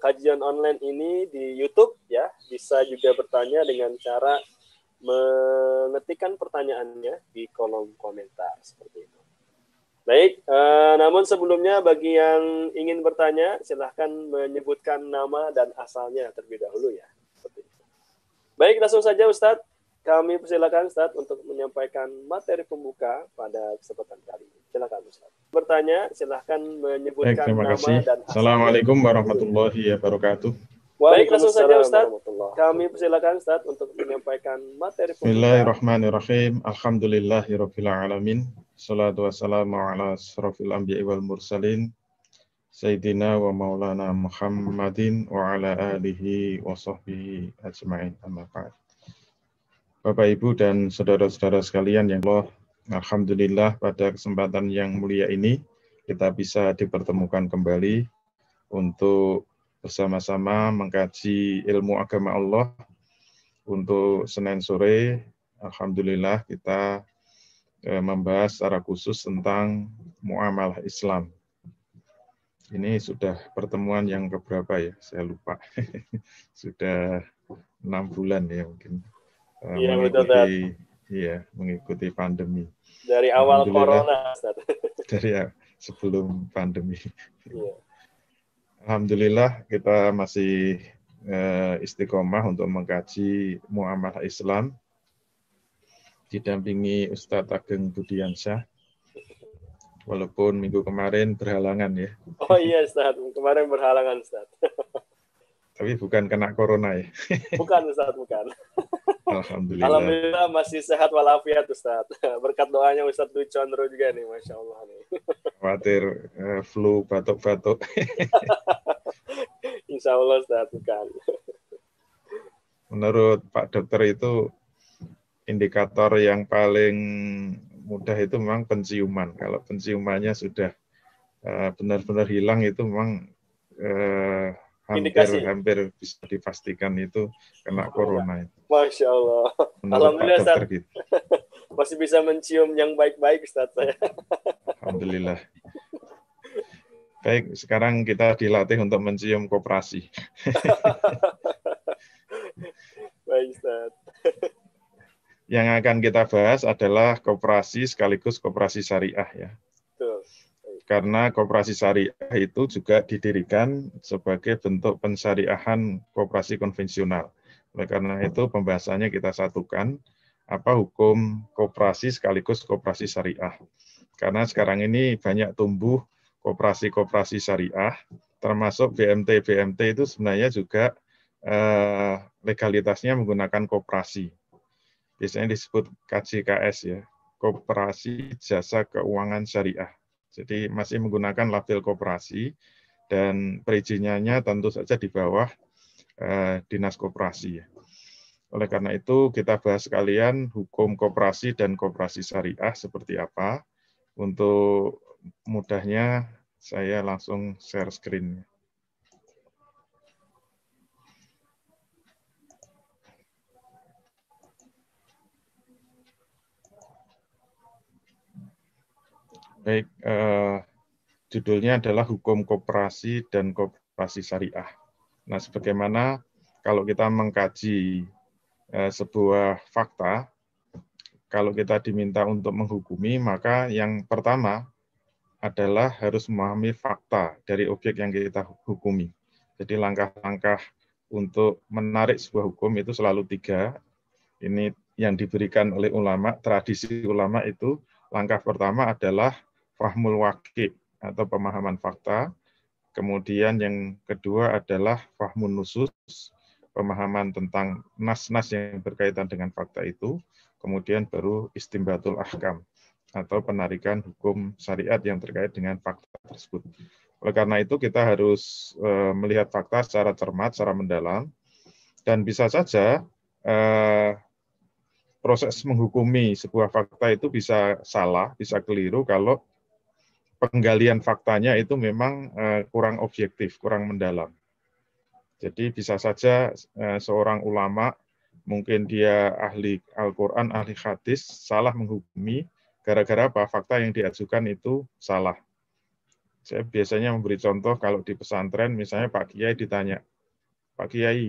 kajian online ini di YouTube ya. Bisa juga bertanya dengan cara mengetikkan pertanyaannya di kolom komentar seperti itu. Baik, namun sebelumnya bagi yang ingin bertanya, silahkan menyebutkan nama dan asalnya terlebih dahulu ya. Seperti itu. Baik, langsung saja Ustadz. Kami persilakan Ustadz untuk menyampaikan materi pembuka pada kesempatan kali ini. Silakan Ustadz. Bertanya, silahkan menyebutkan nama dan asalnya. Assalamualaikum warahmatullahi wabarakatuh. Baik, langsung saja Ustadz. Kami persilakan Ustadz untuk menyampaikan materi pembuka. Bismillahirrahmanirrahim. Alhamdulillahirabbil alamin. Shalatu wassalamu ala asrofil anbiya'i wal mursalin. Sayyidina wa maulana Muhammadin wa ala alihi wa sahbihi ajma'in. Amma ba'd. Bapak Ibu dan saudara-saudara sekalian yang Allah, alhamdulillah pada kesempatan yang mulia ini kita bisa dipertemukan kembali untuk bersama-sama mengkaji ilmu agama Allah untuk Senin sore. Alhamdulillah kita membahas secara khusus tentang muamalah Islam. Ini sudah pertemuan yang keberapa ya? Saya lupa. Sudah 6 bulan ya mungkin. Mengikuti pandemi. Dari awal corona, Ustaz. Dari sebelum pandemi. Iya. Alhamdulillah kita masih istiqomah untuk mengkaji muamalah Islam didampingi Ustadz Ageng Budiansyah, walaupun minggu kemarin berhalangan ya. Oh iya Ustadz, kemarin berhalangan Ustadz. Tapi bukan kena corona ya? Bukan Ustadz, bukan. Alhamdulillah. Alhamdulillah masih sehat walafiat Ustadz. Berkat doanya Ustadz Dwi Condro juga nih, Masya Allah nih. Khawatir flu, batuk-batuk. Insya Allah Ustadz, bukan. Menurut Pak Dokter itu indikator yang paling mudah itu memang penciuman. Kalau penciumannya sudah benar-benar hilang itu memang hampir bisa dipastikan itu kena corona. Masya Allah. Menurut Alhamdulillah Pak Dokter, Ustadz. gitu. Masih bisa mencium yang baik-baik Ustadz saya. Alhamdulillah. Baik, sekarang kita dilatih untuk mencium koperasi. Baik, Ustaz. Yang akan kita bahas adalah koperasi sekaligus koperasi syariah ya. Betul. Karena koperasi syariah itu juga didirikan sebagai bentuk pensyariahan koperasi konvensional. Oleh karena itu pembahasannya kita satukan, apa hukum koperasi sekaligus koperasi syariah. Karena sekarang ini banyak tumbuh koperasi-koperasi syariah, termasuk BMT itu sebenarnya juga legalitasnya menggunakan koperasi. Biasanya disebut KJKS ya, Koperasi Jasa Keuangan Syariah. Jadi masih menggunakan label koperasi dan perizinannya tentu saja di bawah Dinas Koperasi. Oleh karena itu kita bahas sekalian hukum koperasi dan koperasi syariah seperti apa. Untuk mudahnya saya langsung share screen. Baik, judulnya adalah hukum koperasi dan koperasi syariah. Nah, sebagaimana kalau kita mengkaji sebuah fakta, kalau kita diminta untuk menghukumi, maka yang pertama adalah harus memahami fakta dari objek yang kita hukumi. Jadi langkah-langkah untuk menarik sebuah hukum itu selalu 3. Ini yang diberikan oleh ulama, tradisi ulama itu langkah pertama adalah fahmul waqi' atau pemahaman fakta. Kemudian yang kedua adalah fahmun nusus, pemahaman tentang nas-nas yang berkaitan dengan fakta itu. Kemudian baru istimbatul ahkam atau penarikan hukum syariat yang terkait dengan fakta tersebut. Oleh karena itu kita harus melihat fakta secara cermat, secara mendalam, dan bisa saja proses menghukumi sebuah fakta itu bisa salah, bisa keliru kalau penggalian faktanya itu memang kurang objektif, kurang mendalam. Jadi bisa saja seorang ulama, mungkin dia ahli Al-Quran, ahli hadis, salah menghukumi gara-gara apa fakta yang diajukan itu salah. Saya biasanya memberi contoh kalau di pesantren, misalnya Pak Kiai ditanya, Pak Kiai,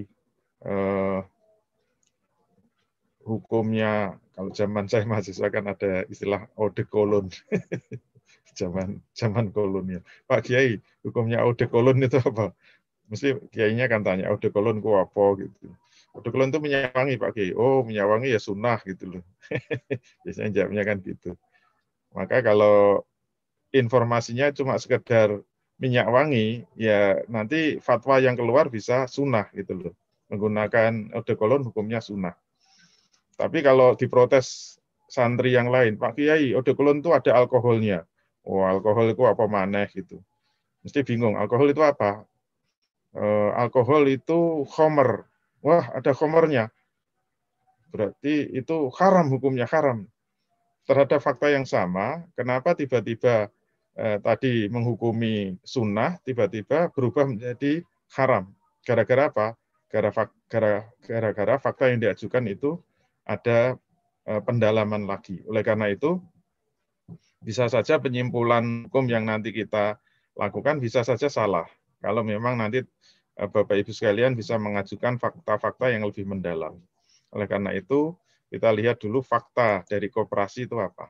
hukumnya, kalau zaman saya mahasiswa kan ada istilah ode kolon, zaman kolonial. Pak Kiai, hukumnya ode kolon itu apa? Mesti kiainya kan tanya, ode kolon ku apa gitu. Ode kolon itu minyak wangi Pak Kiai. Oh, minyak wangi ya sunnah gitu loh. Biasanya jawabnya kan gitu. Maka kalau informasinya cuma sekedar minyak wangi, ya nanti fatwa yang keluar bisa sunnah gitu loh. Menggunakan ode kolon hukumnya sunnah. Tapi kalau diprotes santri yang lain, Pak Kiai, ode kolon itu ada alkoholnya. Oh, alkohol itu apa maneh gitu. Mesti bingung, alkohol itu apa? Alkohol itu khomer. Wah, ada khomernya. Berarti itu haram hukumnya, haram. Terhadap fakta yang sama, kenapa tiba-tiba tadi menghukumi sunnah, tiba-tiba berubah menjadi haram? Gara-gara apa? Gara-gara fakta yang diajukan itu ada pendalaman lagi. Oleh karena itu, bisa saja penyimpulan hukum yang nanti kita lakukan bisa saja salah. Kalau memang nanti Bapak Ibu sekalian bisa mengajukan fakta-fakta yang lebih mendalam. Oleh karena itu, kita lihat dulu fakta dari koperasi itu apa.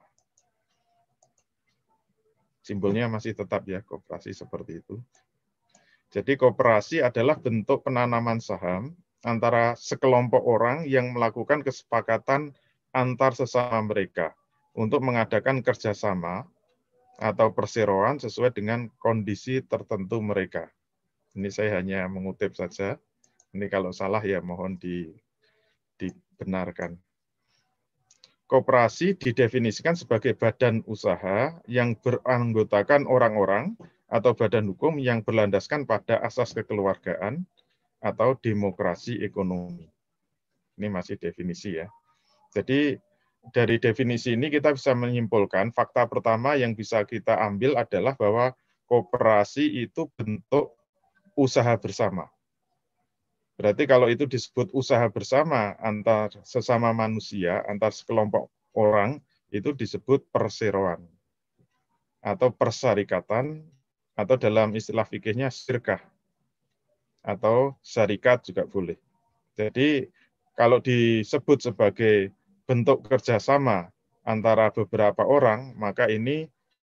Simbolnya masih tetap ya, koperasi seperti itu. Jadi koperasi adalah bentuk penanaman saham antara sekelompok orang yang melakukan kesepakatan antar sesama mereka untuk mengadakan kerjasama atau perseroan sesuai dengan kondisi tertentu mereka. Ini saya hanya mengutip saja. Ini kalau salah ya mohon dibenarkan. Koperasi didefinisikan sebagai badan usaha yang beranggotakan orang-orang atau badan hukum yang berlandaskan pada asas kekeluargaan atau demokrasi ekonomi. Ini masih definisi ya. Jadi dari definisi ini kita bisa menyimpulkan fakta pertama yang bisa kita ambil adalah bahwa koperasi itu bentuk usaha bersama. Berarti kalau itu disebut usaha bersama antar sesama manusia, antar sekelompok orang, itu disebut perseroan atau persyarikatan, atau dalam istilah fikihnya syirkah atau syarikat juga boleh. Jadi kalau disebut sebagai bentuk kerjasama antara beberapa orang, maka ini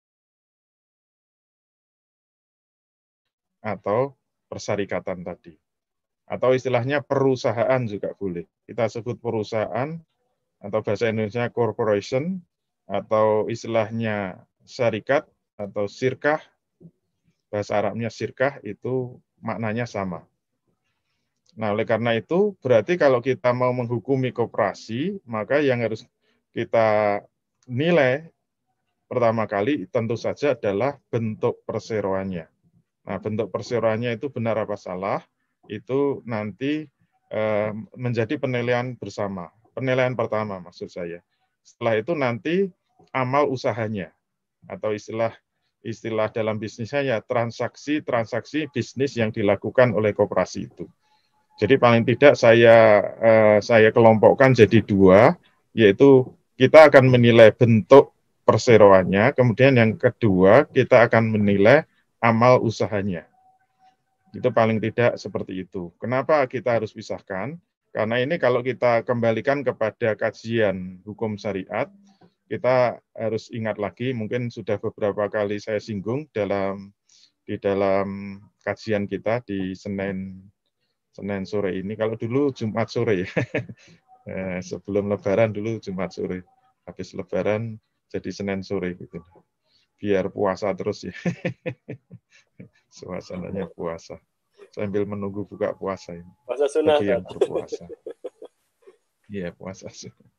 atau persyarikatan tadi. Atau istilahnya perusahaan juga boleh. Kita sebut perusahaan atau bahasa Indonesia corporation atau istilahnya syarikat atau sirkah, bahasa Arabnya sirkah itu maknanya sama. Nah, oleh karena itu berarti kalau kita mau menghukumi koperasi, maka yang harus kita nilai pertama kali tentu saja adalah bentuk perseroannya. Nah, bentuk perseroannya itu benar apa salah, itu nanti menjadi penilaian bersama. Penilaian pertama maksud saya. Setelah itu nanti amal usahanya atau istilah dalam bisnis saya transaksi bisnis yang dilakukan oleh koperasi itu. Jadi paling tidak saya kelompokkan jadi dua, yaitu kita akan menilai bentuk perseroannya, kemudian yang kedua kita akan menilai amal usahanya. Itu paling tidak seperti itu. Kenapa kita harus pisahkan? Karena ini kalau kita kembalikan kepada kajian hukum syariat, kita harus ingat lagi, mungkin sudah beberapa kali saya singgung di dalam kajian kita di Senin sore ini. Kalau dulu Jumat sore ya. Sebelum Lebaran dulu Jumat sore. Habis Lebaran jadi Senin sore gitu. Biar puasa terus ya. Suasananya puasa. Sambil menunggu buka puasa ini. Puasa sunnah. Bagi yang berpuasa. Iya, puasa.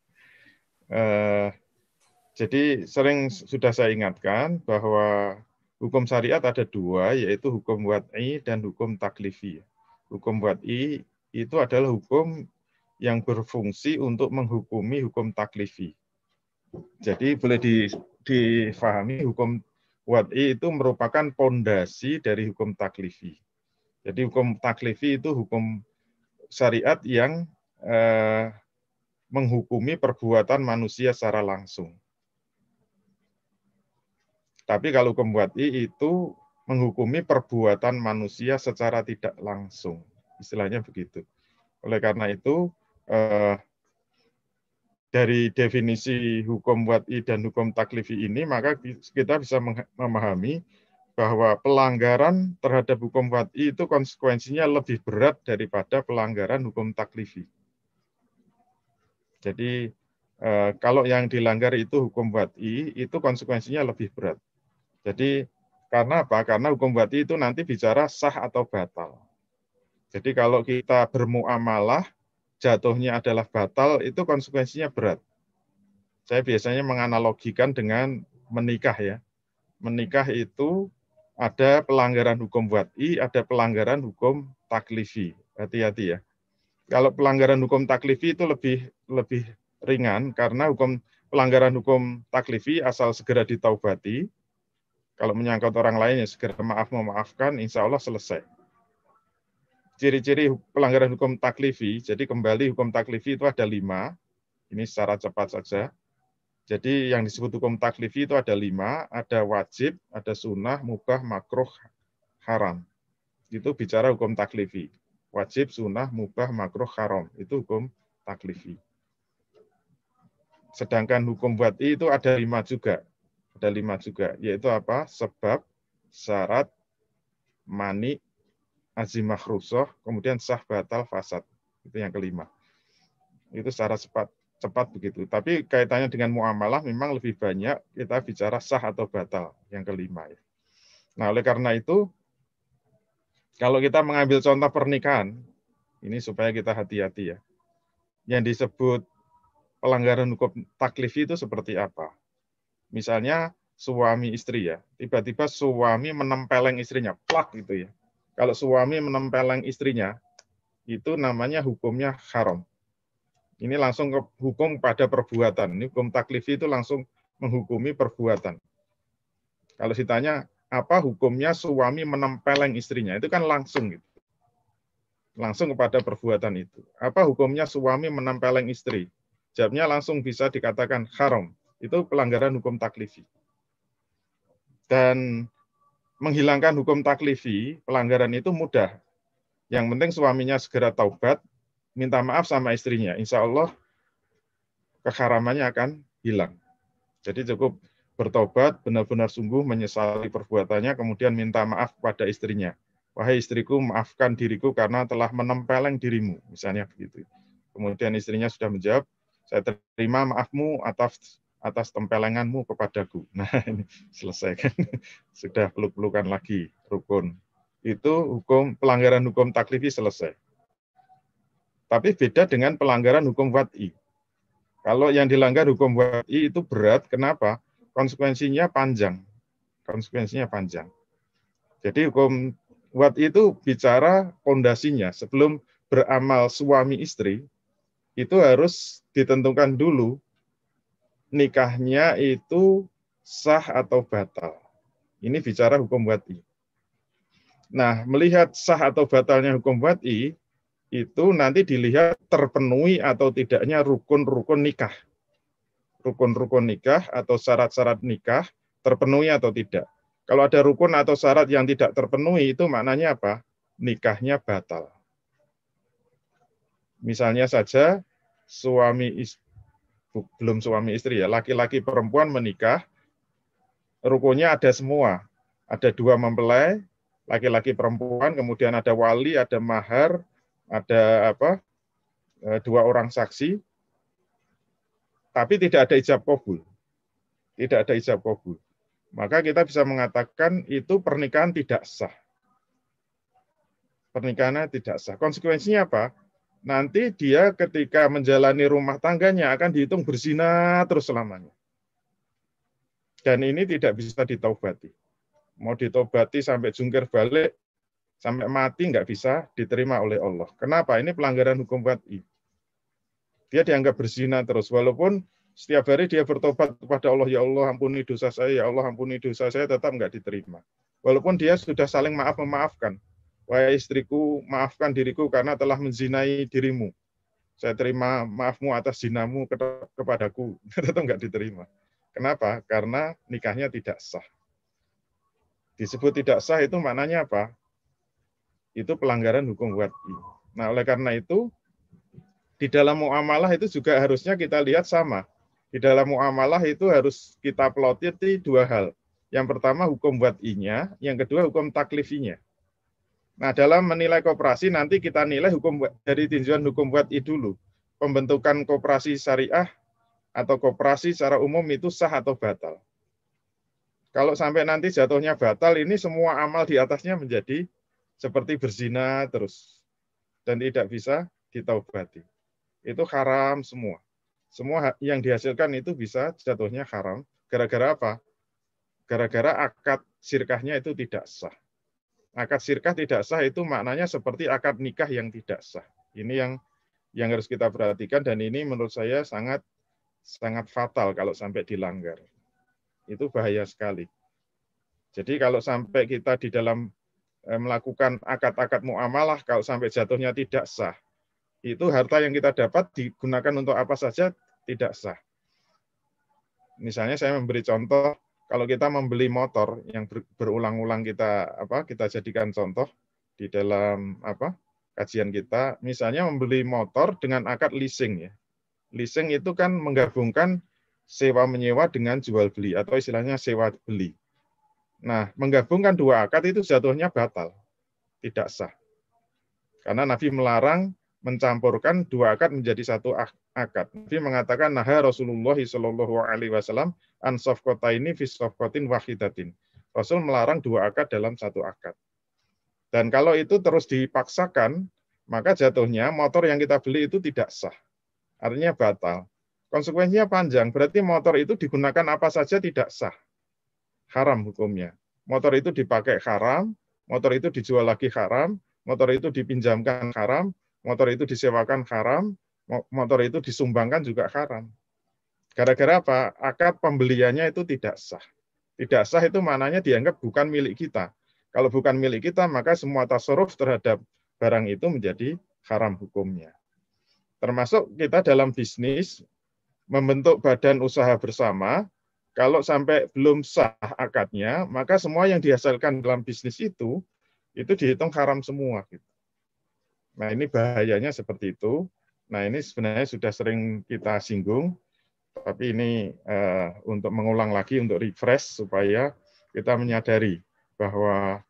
Jadi sering sudah saya ingatkan bahwa hukum syariat ada dua, yaitu hukum wad'i dan hukum taklifi. Hukum wad'i itu adalah hukum yang berfungsi untuk menghukumi hukum taklifi. Jadi boleh difahami hukum wad'i itu merupakan pondasi dari hukum taklifi. Jadi hukum taklifi itu hukum syariat yang menghukumi perbuatan manusia secara langsung. Tapi kalau hukum wad'i itu menghukumi perbuatan manusia secara tidak langsung. Istilahnya begitu. Oleh karena itu, dari definisi hukum wad'i dan hukum taklifi ini, maka kita bisa memahami bahwa pelanggaran terhadap hukum wad'i itu konsekuensinya lebih berat daripada pelanggaran hukum taklifi. Jadi kalau yang dilanggar itu hukum wad'i, itu konsekuensinya lebih berat. Jadi karena apa? Karena hukum wad'i itu nanti bicara sah atau batal. Jadi kalau kita bermuamalah, jatuhnya adalah batal, itu konsekuensinya berat. Saya biasanya menganalogikan dengan menikah ya. Menikah itu ada pelanggaran hukum wad'i, ada pelanggaran hukum taklifi. Hati-hati ya. Kalau pelanggaran hukum taklifi itu lebih ringan karena pelanggaran hukum taklifi asal segera ditaubati. Kalau menyangkut orang lain ya segera memaafkan, insya Allah selesai. Ciri-ciri pelanggaran hukum taklifi, jadi kembali hukum taklifi itu ada 5. Ini secara cepat saja. Jadi yang disebut hukum taklifi itu ada 5, ada wajib, ada sunnah, mubah, makruh, haram. Itu bicara hukum taklifi. Wajib, sunnah, mubah, makruh, haram. Itu hukum taklifi. Sedangkan hukum wad'i itu ada 5 juga. Ada 5 juga, yaitu apa? Sebab, syarat, mani, azimah rusoh, kemudian sah, batal, fasad. Itu yang kelima. Itu secara cepat begitu. Tapi kaitannya dengan muamalah memang lebih banyak kita bicara sah atau batal yang kelima. Nah, oleh karena itu, kalau kita mengambil contoh pernikahan, ini supaya kita hati-hati ya. Yang disebut pelanggaran hukum taklifi itu seperti apa? Misalnya suami istri ya, tiba-tiba suami menempeleng istrinya, plak gitu ya. Kalau suami menempeleng istrinya, itu namanya hukumnya haram. Ini langsung ke hukum pada perbuatan. Ini hukum taklifi itu langsung menghukumi perbuatan. Kalau ditanya, apa hukumnya suami menempeleng istrinya? Itu kan langsung gitu. Langsung kepada perbuatan itu. Apa hukumnya suami menempeleng istri? Jawabnya langsung bisa dikatakan haram. Itu pelanggaran hukum taklifi. Dan menghilangkan hukum taklifi, pelanggaran itu mudah. Yang penting suaminya segera taubat, minta maaf sama istrinya. Insya Allah keharamannya akan hilang. Jadi cukup bertobat, benar-benar sungguh menyesali perbuatannya, kemudian minta maaf kepada istrinya. Wahai istriku, maafkan diriku karena telah menempeleng dirimu. Misalnya begitu. Kemudian istrinya sudah menjawab, saya terima maafmu atas tempelenganmu kepadaku. Nah, ini selesai kan. Sudah peluk-pelukan lagi, rukun. Itu pelanggaran hukum taklifi selesai. Tapi beda dengan pelanggaran hukum wad'i. Kalau yang dilanggar hukum wad'i itu berat, kenapa? Konsekuensinya panjang. Konsekuensinya panjang. Jadi hukum wad'i itu bicara pondasinya. Sebelum beramal suami istri, itu harus ditentukan dulu nikahnya itu sah atau batal. Ini bicara hukum wad'i. Nah, melihat sah atau batalnya hukum wad'i, itu nanti dilihat terpenuhi atau tidaknya rukun-rukun nikah. Rukun-rukun nikah atau syarat-syarat nikah terpenuhi atau tidak. Kalau ada rukun atau syarat yang tidak terpenuhi, itu maknanya apa? Nikahnya batal. Misalnya saja, belum suami istri ya, laki-laki perempuan menikah, rukunnya ada semua. Ada 2 mempelai, laki-laki perempuan, kemudian ada wali, ada mahar, ada 2 orang saksi, tapi tidak ada ijab kabul. Tidak ada ijab kabul. Maka kita bisa mengatakan itu pernikahan tidak sah. Pernikahannya tidak sah. Konsekuensinya apa? Nanti dia ketika menjalani rumah tangganya akan dihitung berzina terus selamanya. Dan ini tidak bisa ditaubati. Mau ditobati sampai jungkir balik, sampai mati nggak bisa diterima oleh Allah. Kenapa? Ini pelanggaran hukum wad'i. Dia dianggap berzina terus, walaupun setiap hari dia bertobat kepada Allah, ya Allah ampuni dosa saya, ya Allah ampuni dosa saya, tetap nggak diterima. Walaupun dia sudah saling memaafkan. Wahai istriku, maafkan diriku karena telah menzinai dirimu. Saya terima maafmu atas zinamu kepadaku. Tetap nggak diterima. Kenapa? Karena nikahnya tidak sah. Disebut tidak sah itu maknanya apa? Itu pelanggaran hukum wad'i. Nah, oleh karena itu, di dalam muamalah itu juga harusnya kita lihat sama. Di dalam muamalah itu harus kita pelotiti dua hal. Yang pertama hukum wad'inya, yang kedua hukum taklifinya. Nah, dalam menilai koperasi nanti kita nilai hukum dari tinjauan hukum wad'i dulu. Pembentukan koperasi syariah atau koperasi secara umum itu sah atau batal. Kalau sampai nanti jatuhnya batal, ini semua amal di atasnya menjadi seperti berzina terus dan tidak bisa ditaubati. Itu haram semua. Semua yang dihasilkan itu bisa jatuhnya haram. Gara-gara apa? Gara-gara akad sirkahnya itu tidak sah. Akad sirkah tidak sah itu maknanya seperti akad nikah yang tidak sah. Ini yang harus kita perhatikan dan ini menurut saya sangat fatal kalau sampai dilanggar. Itu bahaya sekali. Jadi kalau sampai kita di dalam melakukan akad-akad muamalah, kalau sampai jatuhnya tidak sah, itu harta yang kita dapat digunakan untuk apa saja tidak sah. Misalnya saya memberi contoh, kalau kita membeli motor yang berulang-ulang kita jadikan contoh di dalam kajian kita, misalnya membeli motor dengan akad leasing ya. Leasing itu kan menggabungkan sewa menyewa dengan jual beli atau istilahnya sewa beli. Nah, menggabungkan dua akad itu jatuhnya batal, tidak sah. Karena Nabi melarang mencampurkan dua akad menjadi satu akad. Nabi mengatakan, nah Rasulullah Shallallahu Alaihi Wasallam an safqataini fi safqatin wahidatin. Rasul melarang dua akad dalam satu akad. Dan kalau itu terus dipaksakan, maka jatuhnya motor yang kita beli itu tidak sah. Artinya batal. Konsekuensinya panjang, berarti motor itu digunakan apa saja tidak sah. Haram hukumnya. Motor itu dipakai haram, motor itu dijual lagi haram, motor itu dipinjamkan haram, motor itu disewakan haram, motor itu disumbangkan juga haram. Gara-gara apa? Akad pembeliannya itu tidak sah. Tidak sah itu maknanya dianggap bukan milik kita. Kalau bukan milik kita, maka semua tasarruf terhadap barang itu menjadi haram hukumnya. Termasuk kita dalam bisnis, membentuk badan usaha bersama, kalau sampai belum sah akadnya, maka semua yang dihasilkan dalam bisnis itu dihitung haram semua. Nah, ini bahayanya seperti itu. Nah, ini sebenarnya sudah sering kita singgung, tapi ini untuk mengulang lagi, untuk refresh, supaya kita menyadari bahwa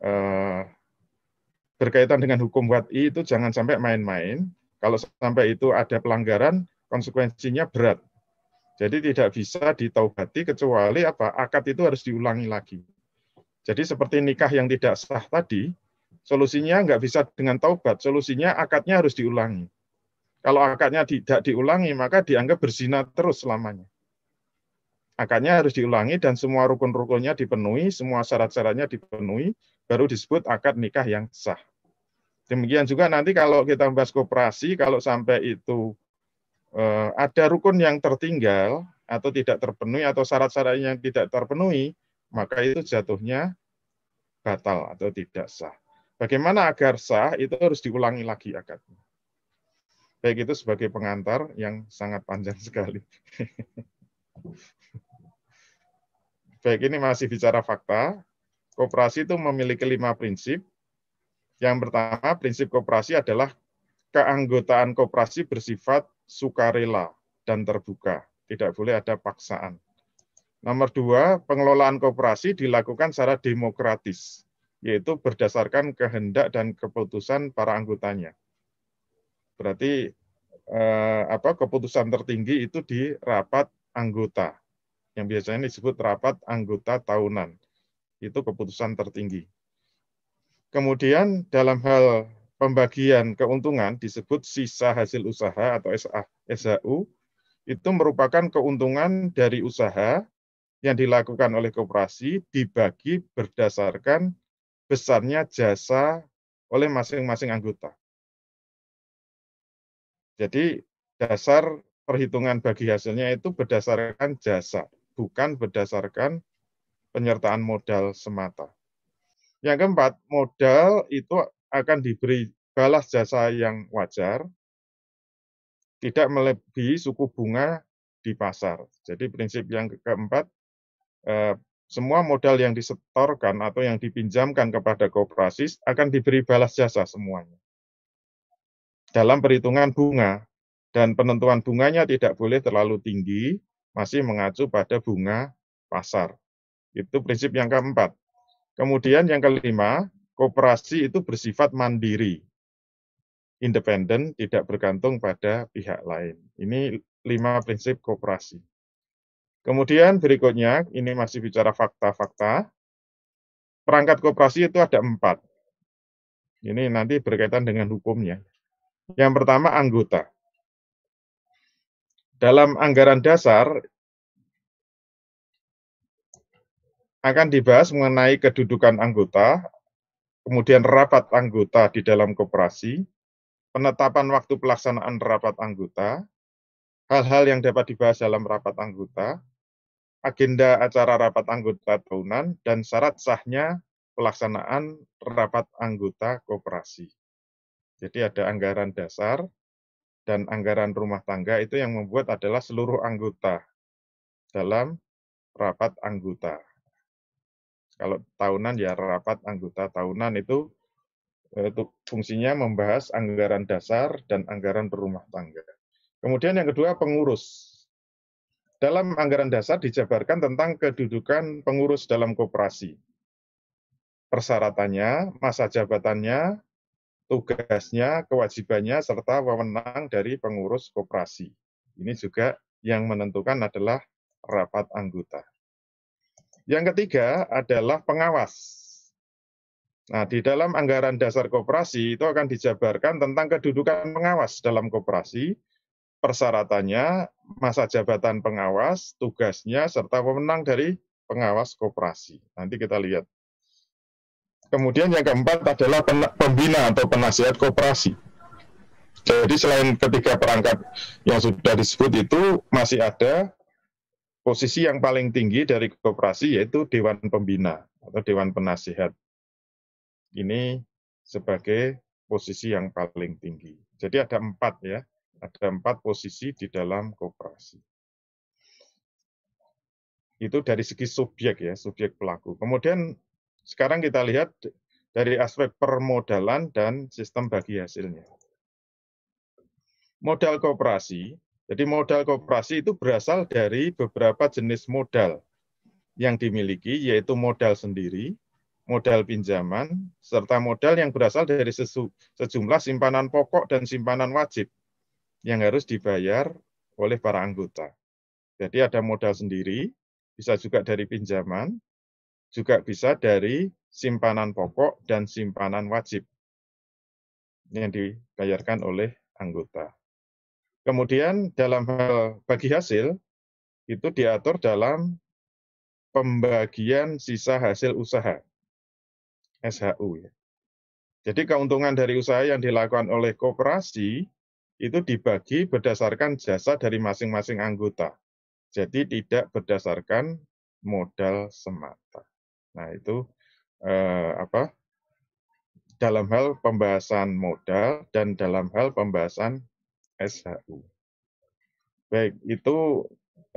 berkaitan dengan hukum wad'i itu jangan sampai main-main. Kalau sampai itu ada pelanggaran, konsekuensinya berat. Jadi tidak bisa ditaubati kecuali akad itu harus diulangi lagi. Jadi seperti nikah yang tidak sah tadi, solusinya nggak bisa dengan taubat, solusinya akadnya harus diulangi. Kalau akadnya tidak diulangi, maka dianggap berzina terus selamanya. Akadnya harus diulangi dan semua rukun-rukunnya dipenuhi, semua syarat-syaratnya dipenuhi, baru disebut akad nikah yang sah. Demikian juga nanti kalau kita membahas koperasi, kalau sampai itu ada rukun yang tertinggal atau tidak terpenuhi atau syarat-syarat yang tidak terpenuhi, maka itu jatuhnya batal atau tidak sah. Bagaimana agar sah? Itu harus diulangi lagi akadnya. Baik, itu sebagai pengantar yang sangat panjang sekali. Baik, ini masih bicara fakta. Koperasi itu memiliki 5 prinsip. Yang pertama, prinsip koperasi adalah keanggotaan koperasi bersifat sukarela dan terbuka. Tidak boleh ada paksaan. Nomor 2, pengelolaan koperasi dilakukan secara demokratis, yaitu berdasarkan kehendak dan keputusan para anggotanya. Berarti keputusan tertinggi itu di rapat anggota, yang biasanya disebut rapat anggota tahunan. Itu keputusan tertinggi. Kemudian dalam hal pembagian keuntungan disebut sisa hasil usaha atau SHU, itu merupakan keuntungan dari usaha yang dilakukan oleh koperasi dibagi berdasarkan besarnya jasa oleh masing-masing anggota. Jadi dasar perhitungan bagi hasilnya itu berdasarkan jasa, bukan berdasarkan penyertaan modal semata. Yang keempat, modal itu akan diberi balas jasa yang wajar, tidak melebihi suku bunga di pasar. Jadi prinsip yang keempat, semua modal yang disetorkan atau yang dipinjamkan kepada koperasi akan diberi balas jasa semuanya. Dalam perhitungan bunga, dan penentuan bunganya tidak boleh terlalu tinggi, masih mengacu pada bunga pasar. Itu prinsip yang keempat. Kemudian yang kelima, koperasi itu bersifat mandiri, independen, tidak bergantung pada pihak lain. Ini 5 prinsip koperasi. Kemudian berikutnya, ini masih bicara fakta-fakta. Perangkat koperasi itu ada 4. Ini nanti berkaitan dengan hukumnya. Yang pertama, anggota. Dalam anggaran dasar akan dibahas mengenai kedudukan anggota, kemudian rapat anggota di dalam koperasi, penetapan waktu pelaksanaan rapat anggota, hal-hal yang dapat dibahas dalam rapat anggota, agenda acara rapat anggota tahunan, dan syarat sahnya pelaksanaan rapat anggota koperasi. Jadi ada anggaran dasar dan anggaran rumah tangga itu yang membuat adalah seluruh anggota dalam rapat anggota. Kalau tahunan ya rapat anggota tahunan itu fungsinya membahas anggaran dasar dan anggaran rumah tangga. Kemudian yang kedua, pengurus. Dalam anggaran dasar dijabarkan tentang kedudukan pengurus dalam koperasi. Persyaratannya, masa jabatannya, tugasnya, kewajibannya, serta wewenang dari pengurus koperasi. Ini juga yang menentukan adalah rapat anggota. Yang ketiga adalah pengawas. Nah, di dalam anggaran dasar koperasi itu akan dijabarkan tentang kedudukan pengawas dalam koperasi, persyaratannya, masa jabatan pengawas, tugasnya, serta wewenang dari pengawas koperasi. Nanti kita lihat. Kemudian yang keempat adalah pembina atau penasihat koperasi. Jadi selain ketiga perangkat yang sudah disebut itu, masih ada posisi yang paling tinggi dari koperasi, yaitu Dewan Pembina atau Dewan Penasihat. Ini sebagai posisi yang paling tinggi. Jadi ada 4 ya, ada 4 posisi di dalam koperasi. Itu dari segi subjek ya, subjek pelaku. Kemudian sekarang kita lihat dari aspek permodalan dan sistem bagi hasilnya. Modal koperasi, jadi modal koperasi itu berasal dari beberapa jenis modal yang dimiliki, yaitu modal sendiri, modal pinjaman, serta modal yang berasal dari sejumlah simpanan pokok dan simpanan wajib yang harus dibayar oleh para anggota. Jadi ada modal sendiri, bisa juga dari pinjaman, juga bisa dari simpanan pokok dan simpanan wajib yang dibayarkan oleh anggota. Kemudian dalam hal bagi hasil, itu diatur dalam pembagian sisa hasil usaha, SHU. Jadi keuntungan dari usaha yang dilakukan oleh koperasi itu dibagi berdasarkan jasa dari masing-masing anggota. Jadi tidak berdasarkan modal semata. Nah itu dalam hal pembahasan modal dan dalam hal pembahasan SHU. Baik, itu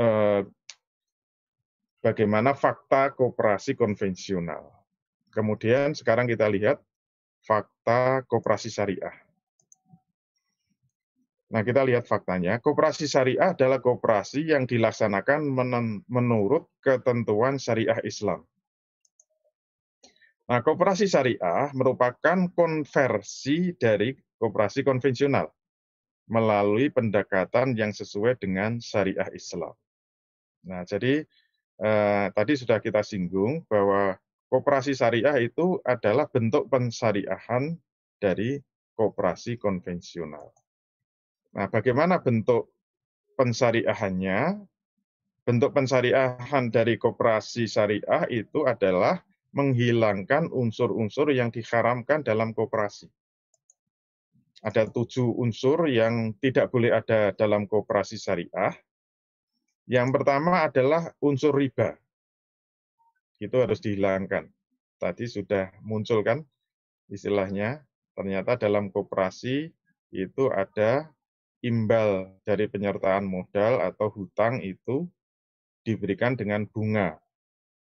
bagaimana fakta koperasi konvensional. Kemudian sekarang kita lihat fakta koperasi syariah. Nah, kita lihat faktanya. Koperasi syariah adalah koperasi yang dilaksanakan menurut ketentuan syariah Islam. Nah, koperasi syariah merupakan konversi dari koperasi konvensional melalui pendekatan yang sesuai dengan syariah Islam. Nah, jadi tadi sudah kita singgung bahwa koperasi syariah itu adalah bentuk pensyariahan dari koperasi konvensional. Nah, bagaimana bentuk pensyariahannya? Bentuk pensyariahan dari koperasi syariah itu adalah menghilangkan unsur-unsur yang diharamkan dalam koperasi. Ada 7 unsur yang tidak boleh ada dalam koperasi syariah. Yang pertama adalah unsur riba. Itu harus dihilangkan. Tadi sudah muncul kan istilahnya, ternyata dalam koperasi itu ada imbal dari penyertaan modal atau hutang itu diberikan dengan bunga.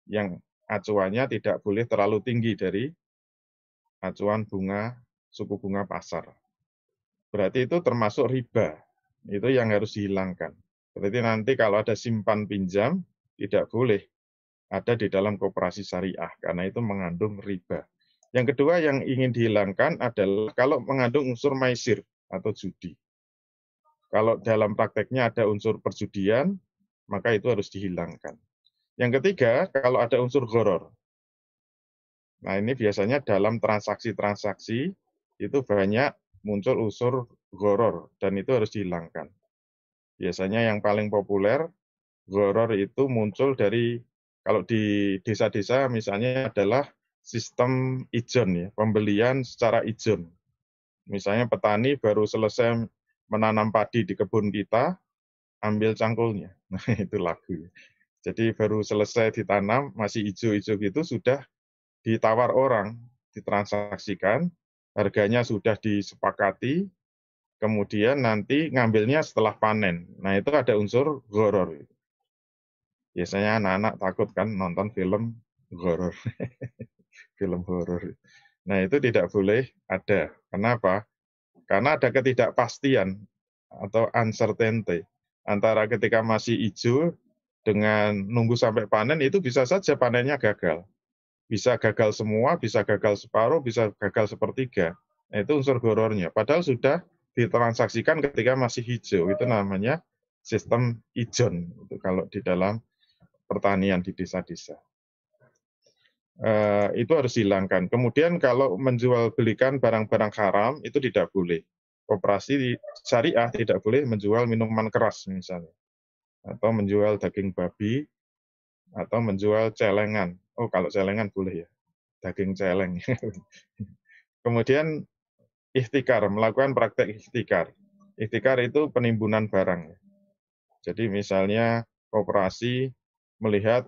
yang acuannya tidak boleh terlalu tinggi dari acuan suku bunga pasar. Berarti itu termasuk riba. Itu yang harus dihilangkan. Berarti nanti kalau ada simpan pinjam, tidak boleh ada di dalam koperasi syariah, karena itu mengandung riba. Yang kedua yang ingin dihilangkan adalah kalau mengandung unsur maisir atau judi. Kalau dalam prakteknya ada unsur perjudian, maka itu harus dihilangkan. Yang ketiga, kalau ada unsur gharar. Nah, ini biasanya dalam transaksi-transaksi itu banyak muncul unsur gharar dan itu harus dihilangkan. Biasanya yang paling populer gharar itu muncul dari, kalau di desa-desa misalnya adalah sistem ijon ya, pembelian secara ijon. Misalnya petani baru selesai menanam padi di kebun kita, ambil cangkulnya. Nah, itu lagu. Jadi baru selesai ditanam, masih hijau-hijau gitu, sudah ditawar orang, ditransaksikan, harganya sudah disepakati, kemudian nanti ngambilnya setelah panen. Nah, itu ada unsur gharar. Biasanya anak-anak takut kan nonton film horor, film horor. Nah, itu tidak boleh ada. Kenapa? Karena ada ketidakpastian atau uncertainty antara ketika masih hijau dengan nunggu sampai panen, itu bisa saja panennya gagal. Bisa gagal semua, bisa gagal separuh, bisa gagal sepertiga. Nah, itu unsur ghararnya. Padahal sudah ditransaksikan ketika masih hijau. Itu namanya sistem ijon. Itu kalau di dalam pertanian di desa-desa. Itu harus dihilangkan. Kemudian kalau menjual belikan barang-barang haram itu tidak boleh. Koperasi syariah tidak boleh menjual minuman keras misalnya, atau menjual daging babi, atau menjual celengan. Oh, kalau celengan boleh ya, daging celeng. Kemudian ihtikar, melakukan praktek ihtikar. Ihtikar itu penimbunan barang. Jadi misalnya koperasi melihat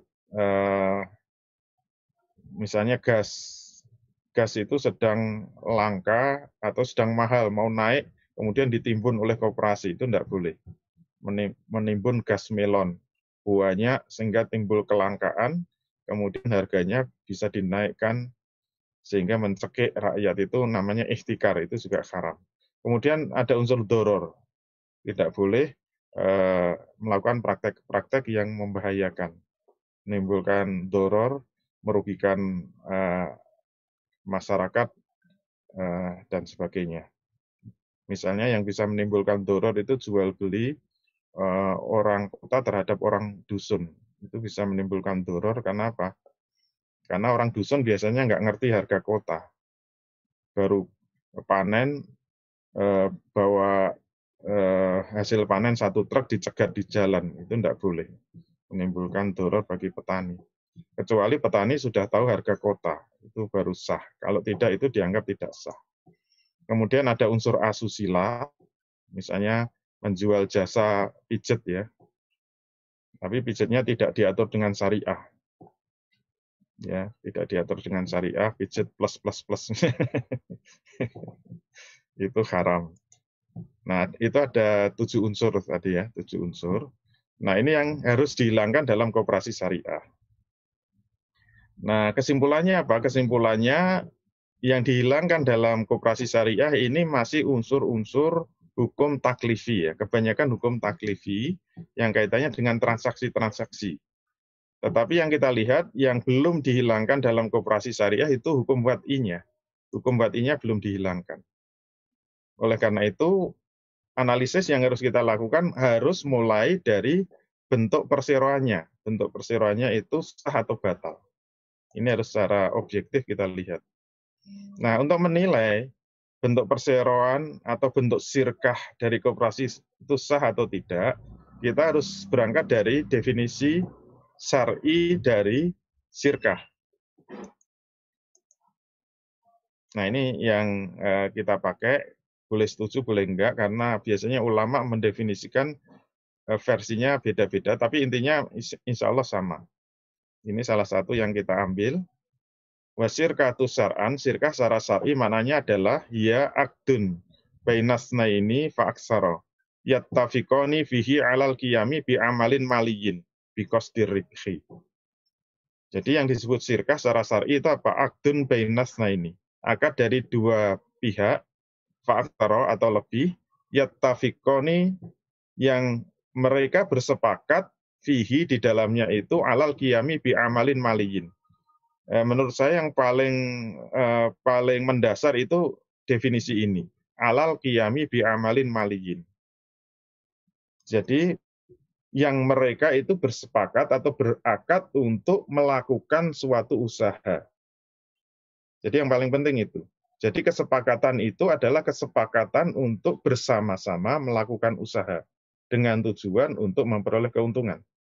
misalnya gas itu sedang langka atau sedang mahal, mau naik, kemudian ditimbun oleh koperasi, itu tidak boleh. Menimbun gas melon, buahnya sehingga timbul kelangkaan, kemudian harganya bisa dinaikkan sehingga mencekik rakyat, itu namanya ihtikar, itu juga haram. Kemudian ada unsur doror, tidak boleh melakukan praktek-praktek yang membahayakan, menimbulkan doror, merugikan masyarakat dan sebagainya. Misalnya yang bisa menimbulkan doror itu jual beli orang kota terhadap orang dusun. Itu bisa menimbulkan doror karena apa? Karena orang dusun biasanya nggak ngerti harga kota. Baru panen, bawa hasil panen satu truk dicegat di jalan. Itu nggak boleh. Menimbulkan doror bagi petani. Kecuali petani sudah tahu harga kota, itu baru sah. Kalau tidak, itu dianggap tidak sah. Kemudian ada unsur asusila, misalnya menjual jasa pijet ya, tapi pijetnya tidak diatur dengan syariah. Ya, tidak diatur dengan syariah, pijet plus. Itu haram. Nah, itu ada 7 unsur tadi ya, 7 unsur. Nah, ini yang harus dihilangkan dalam koperasi syariah. Nah, kesimpulannya apa? Kesimpulannya yang dihilangkan dalam koperasi syariah ini masih unsur-unsur hukum taklifi ya. Kebanyakan hukum taklifi yang kaitannya dengan transaksi-transaksi. Tetapi yang kita lihat yang belum dihilangkan dalam koperasi syariah itu hukum wad'inya. Hukum wad'inya belum dihilangkan. Oleh karena itu, analisis yang harus kita lakukan harus mulai dari bentuk perseroannya. Bentuk perseroannya itu sah atau batal. Ini harus secara objektif kita lihat. Nah, untuk menilai bentuk perseroan atau bentuk sirkah dari koperasi itu sah atau tidak, kita harus berangkat dari definisi syar'i dari sirkah. Nah, ini yang kita pakai, boleh setuju, boleh enggak, karena biasanya ulama mendefinisikan versinya beda-beda, tapi intinya insya Allah sama. Ini salah satu yang kita ambil. Wasirkatu syar'an, sirkah secara syar'i maknanya adalah ya akdun bainasnaini fa'aksara yattafiqani fihi alal qiyami bi amalin maliyin bi qasdir ribhi. Jadi yang disebut sirkah secara syar'i itu apa? Aqdun bainas ini. Akad dari dua pihak, fa'aktaro atau lebih, yattafiqoni yang mereka bersepakat fihi di dalamnya itu alal qiyami bi amalin maliyin. Menurut saya yang paling mendasar itu definisi ini. Alal qiyami bi amalin maliyin. Jadi yang mereka itu bersepakat atau berakad untuk melakukan suatu usaha. Jadi yang paling penting itu. Jadi kesepakatan itu adalah kesepakatan untuk bersama-sama melakukan usaha dengan tujuan untuk memperoleh keuntungan.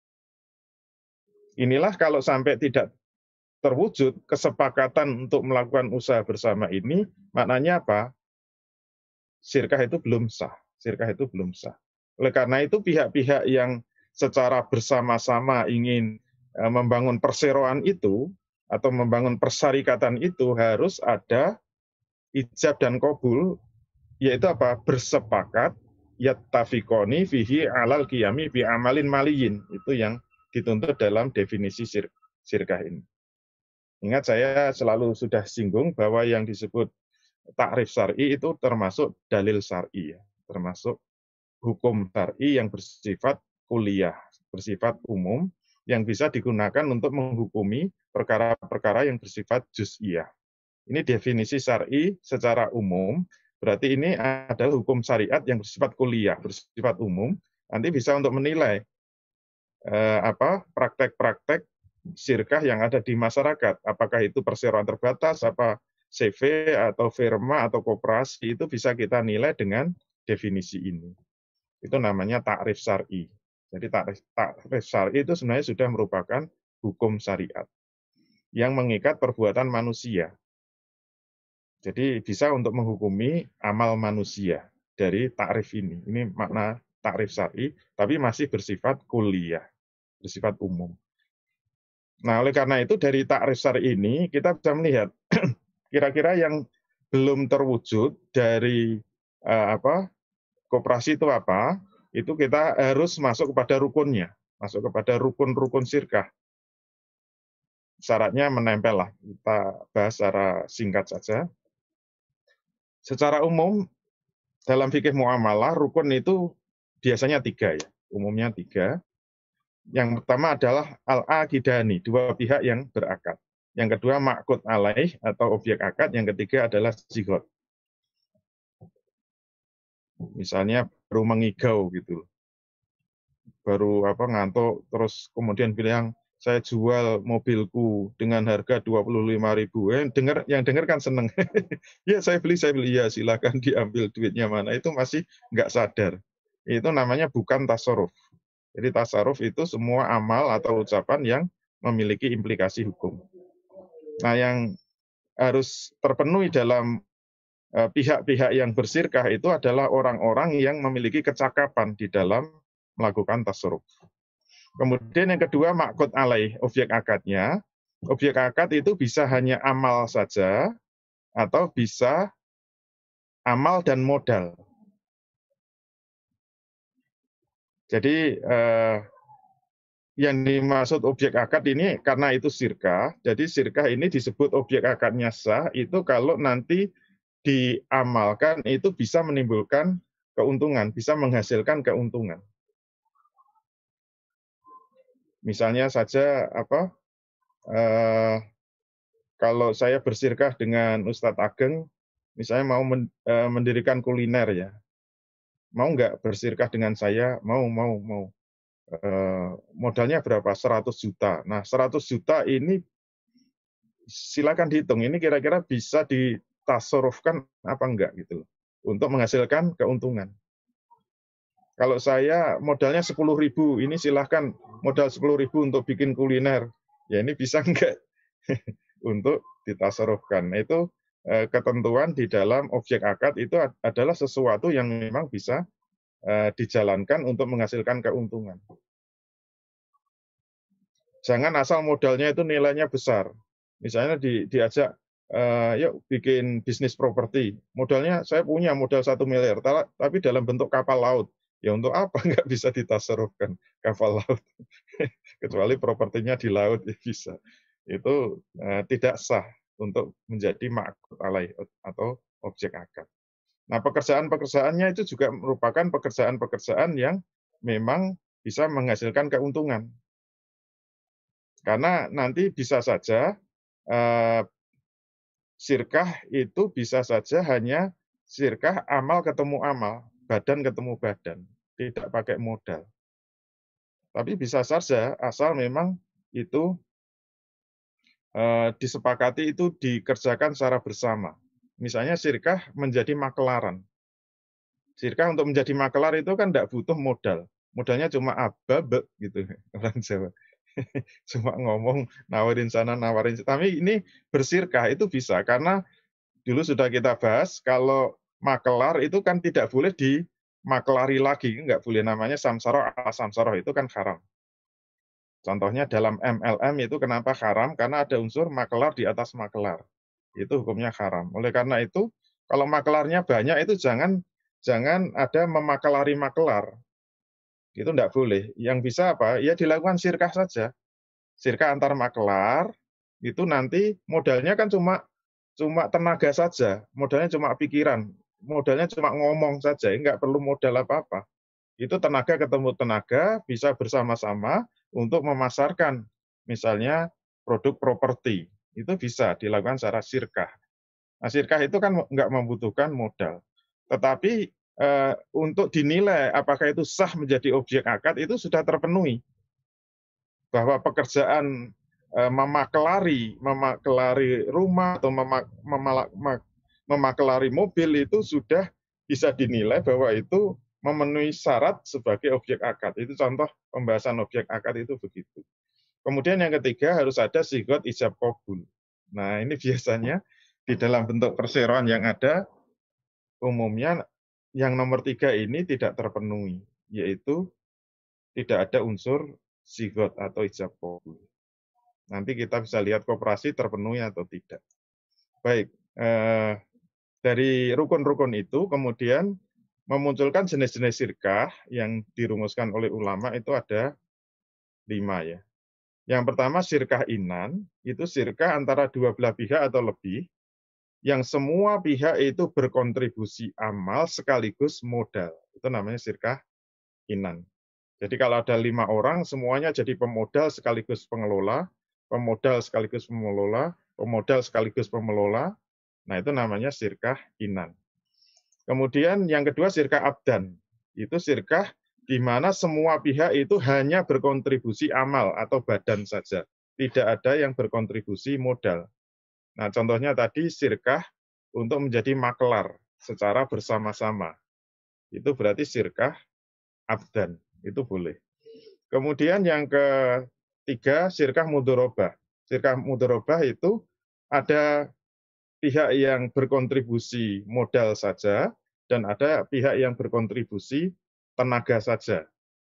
Inilah kalau sampai tidak terwujud kesepakatan untuk melakukan usaha bersama ini, maknanya apa? Sirkah itu belum sah. Sirkah itu belum sah. Oleh karena itu pihak-pihak yang secara bersama-sama ingin membangun perseroan itu atau membangun persyarikatan itu harus ada ijab dan qabul, yaitu apa? Bersepakat yattafiqoni fihi alal qiyami bi amalin maliyin. Itu yang dituntut dalam definisi sirkah ini. Ingat saya selalu sudah singgung bahwa yang disebut takrif syar'i itu termasuk dalil syar'i, ya. Termasuk hukum syar'i yang bersifat kuliah, bersifat umum, yang bisa digunakan untuk menghukumi perkara-perkara yang bersifat juz'iyah. Ini definisi syar'i secara umum, berarti ini adalah hukum syariat yang bersifat kuliah, bersifat umum, nanti bisa untuk menilai praktek-praktek sirkah yang ada di masyarakat, apakah itu perseroan terbatas, apa CV atau firma atau koperasi, itu bisa kita nilai dengan definisi ini. Itu namanya takrif syar'i. Jadi takrif syar'i itu sebenarnya sudah merupakan hukum syariat yang mengikat perbuatan manusia. Jadi bisa untuk menghukumi amal manusia dari takrif ini. Ini makna takrif syar'i, tapi masih bersifat kuliah, bersifat umum. Nah, oleh karena itu dari takrif syar'i ini kita bisa melihat kira-kira yang belum terwujud dari koperasi itu apa? Itu kita harus masuk kepada rukunnya, masuk kepada rukun-rukun sirkah. Syaratnya menempel lah. Kita bahas secara singkat saja. Secara umum dalam fikih muamalah rukun itu biasanya 3 ya, umumnya 3. Yang pertama adalah al-aqidani, dua pihak yang berakad. Yang kedua ma'qud alaih atau objek akad, yang ketiga adalah zighot. Misalnya baru mengigau gitu. Baru ngantuk terus kemudian bilang saya jual mobilku dengan harga 25.000. Yang dengar kan seneng. Ya saya beli, ya silakan diambil duitnya mana. Itu masih nggak sadar. Itu namanya bukan tasarruf. Jadi tasarruf itu semua amal atau ucapan yang memiliki implikasi hukum. Nah, yang harus terpenuhi dalam pihak-pihak yang bersirkah itu adalah orang-orang yang memiliki kecakapan di dalam melakukan tasarruf. Kemudian yang kedua ma'qud alaih, objek akadnya. Objek akad itu bisa hanya amal saja atau bisa amal dan modal. Jadi yang dimaksud objek akad ini karena itu sirkah, jadi sirkah ini disebut objek akadnya sah itu kalau nanti diamalkan itu bisa menimbulkan keuntungan, bisa menghasilkan keuntungan. Misalnya saja kalau saya bersirkah dengan Ustadz Ageng, misalnya mau mendirikan kuliner ya, mau nggak bersirkah dengan saya? Mau. Modalnya berapa? 100 juta. Nah, 100 juta ini silakan dihitung. Ini kira-kira bisa ditasarrufkan apa enggak gitu untuk menghasilkan keuntungan. Kalau saya modalnya 10.000, ini silahkan modal 10.000 untuk bikin kuliner. Ya ini bisa enggak untuk ditasarrufkan. Nah, itu ketentuan di dalam objek akad itu adalah sesuatu yang memang bisa dijalankan untuk menghasilkan keuntungan. Jangan asal modalnya itu nilainya besar. Misalnya diajak, yuk bikin bisnis properti. Modalnya saya punya modal 1 miliar, tapi dalam bentuk kapal laut. Ya untuk apa nggak bisa ditasarrufkan kapal laut? Kecuali propertinya di laut ya bisa. itu tidak sah untuk menjadi ma'qud alaih atau objek akad. Nah, pekerjaan-pekerjaannya itu juga merupakan pekerjaan-pekerjaan yang memang bisa menghasilkan keuntungan. Karena nanti bisa saja sirkah itu bisa saja hanya sirkah amal ketemu amal, badan ketemu badan, tidak pakai modal. Tapi bisa saja asal memang itu disepakati itu dikerjakan secara bersama. Misalnya sirkah menjadi makelaran. Sirkah untuk menjadi makelar itu kan tidak butuh modal. Modalnya cuma ababe gitu orang Jawa. Cuma ngomong nawarin sana nawarin. Tapi ini bersirkah itu bisa karena dulu sudah kita bahas kalau makelar itu kan tidak boleh dimakelari lagi, nggak boleh namanya samsaroh ala samsaroh itu kan haram. Contohnya dalam MLM itu kenapa haram? Karena ada unsur makelar di atas makelar. Itu hukumnya haram. Oleh karena itu, kalau makelarnya banyak itu jangan ada memakelari makelar. Itu enggak boleh. Yang bisa apa? Ya dilakukan sirkah saja. Sirkah antar makelar, itu nanti modalnya kan cuma tenaga saja. Modalnya cuma pikiran. Modalnya cuma ngomong saja, enggak perlu modal apa-apa. Itu tenaga ketemu tenaga bisa bersama-sama untuk memasarkan misalnya produk properti. Itu bisa dilakukan secara sirkah. Nah, sirkah itu kan nggak membutuhkan modal. Tetapi untuk dinilai apakah itu sah menjadi objek akad itu sudah terpenuhi. Bahwa pekerjaan memakelari rumah atau memakelari mobil itu sudah bisa dinilai bahwa itu memenuhi syarat sebagai objek akad. Itu contoh pembahasan objek akad itu begitu. Kemudian yang ketiga harus ada sigot ijab qabul. Nah, ini biasanya di dalam bentuk perseroan yang ada umumnya yang nomor 3 ini tidak terpenuhi, yaitu tidak ada unsur sigot atau ijab qabul. Nanti kita bisa lihat koperasi terpenuhi atau tidak. Baik, dari rukun-rukun itu kemudian memunculkan jenis-jenis sirkah yang dirumuskan oleh ulama itu ada 5 ya. Yang pertama sirkah inan, itu sirkah antara dua belah pihak atau lebih, yang semua pihak itu berkontribusi amal sekaligus modal. Itu namanya sirkah inan. Jadi kalau ada 5 orang, semuanya jadi pemodal sekaligus pengelola, pemodal sekaligus pengelola, pemodal sekaligus pengelola. Nah itu namanya sirkah inan. Kemudian yang kedua sirkah abdan. Itu sirkah di mana semua pihak itu hanya berkontribusi amal atau badan saja. Tidak ada yang berkontribusi modal. Nah contohnya tadi sirkah untuk menjadi makelar secara bersama-sama. Itu berarti sirkah abdan. Itu boleh. Kemudian yang ketiga sirkah mudharabah. Sirkah mudharabah itu ada pihak yang berkontribusi modal saja, dan ada pihak yang berkontribusi tenaga saja.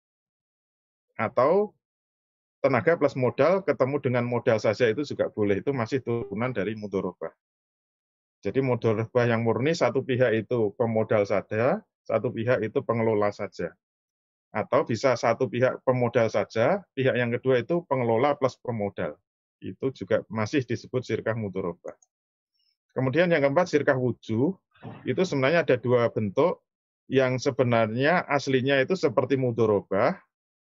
Atau tenaga plus modal ketemu dengan modal saja itu juga boleh. Itu masih turunan dari mudharabah. Jadi mudharabah yang murni satu pihak itu pemodal saja, satu pihak itu pengelola saja. Atau bisa satu pihak pemodal saja, pihak yang kedua itu pengelola plus pemodal. Itu juga masih disebut sirkah mudharabah. Kemudian yang keempat sirkah wujuh, itu sebenarnya ada 2 bentuk yang sebenarnya aslinya itu seperti mudharabah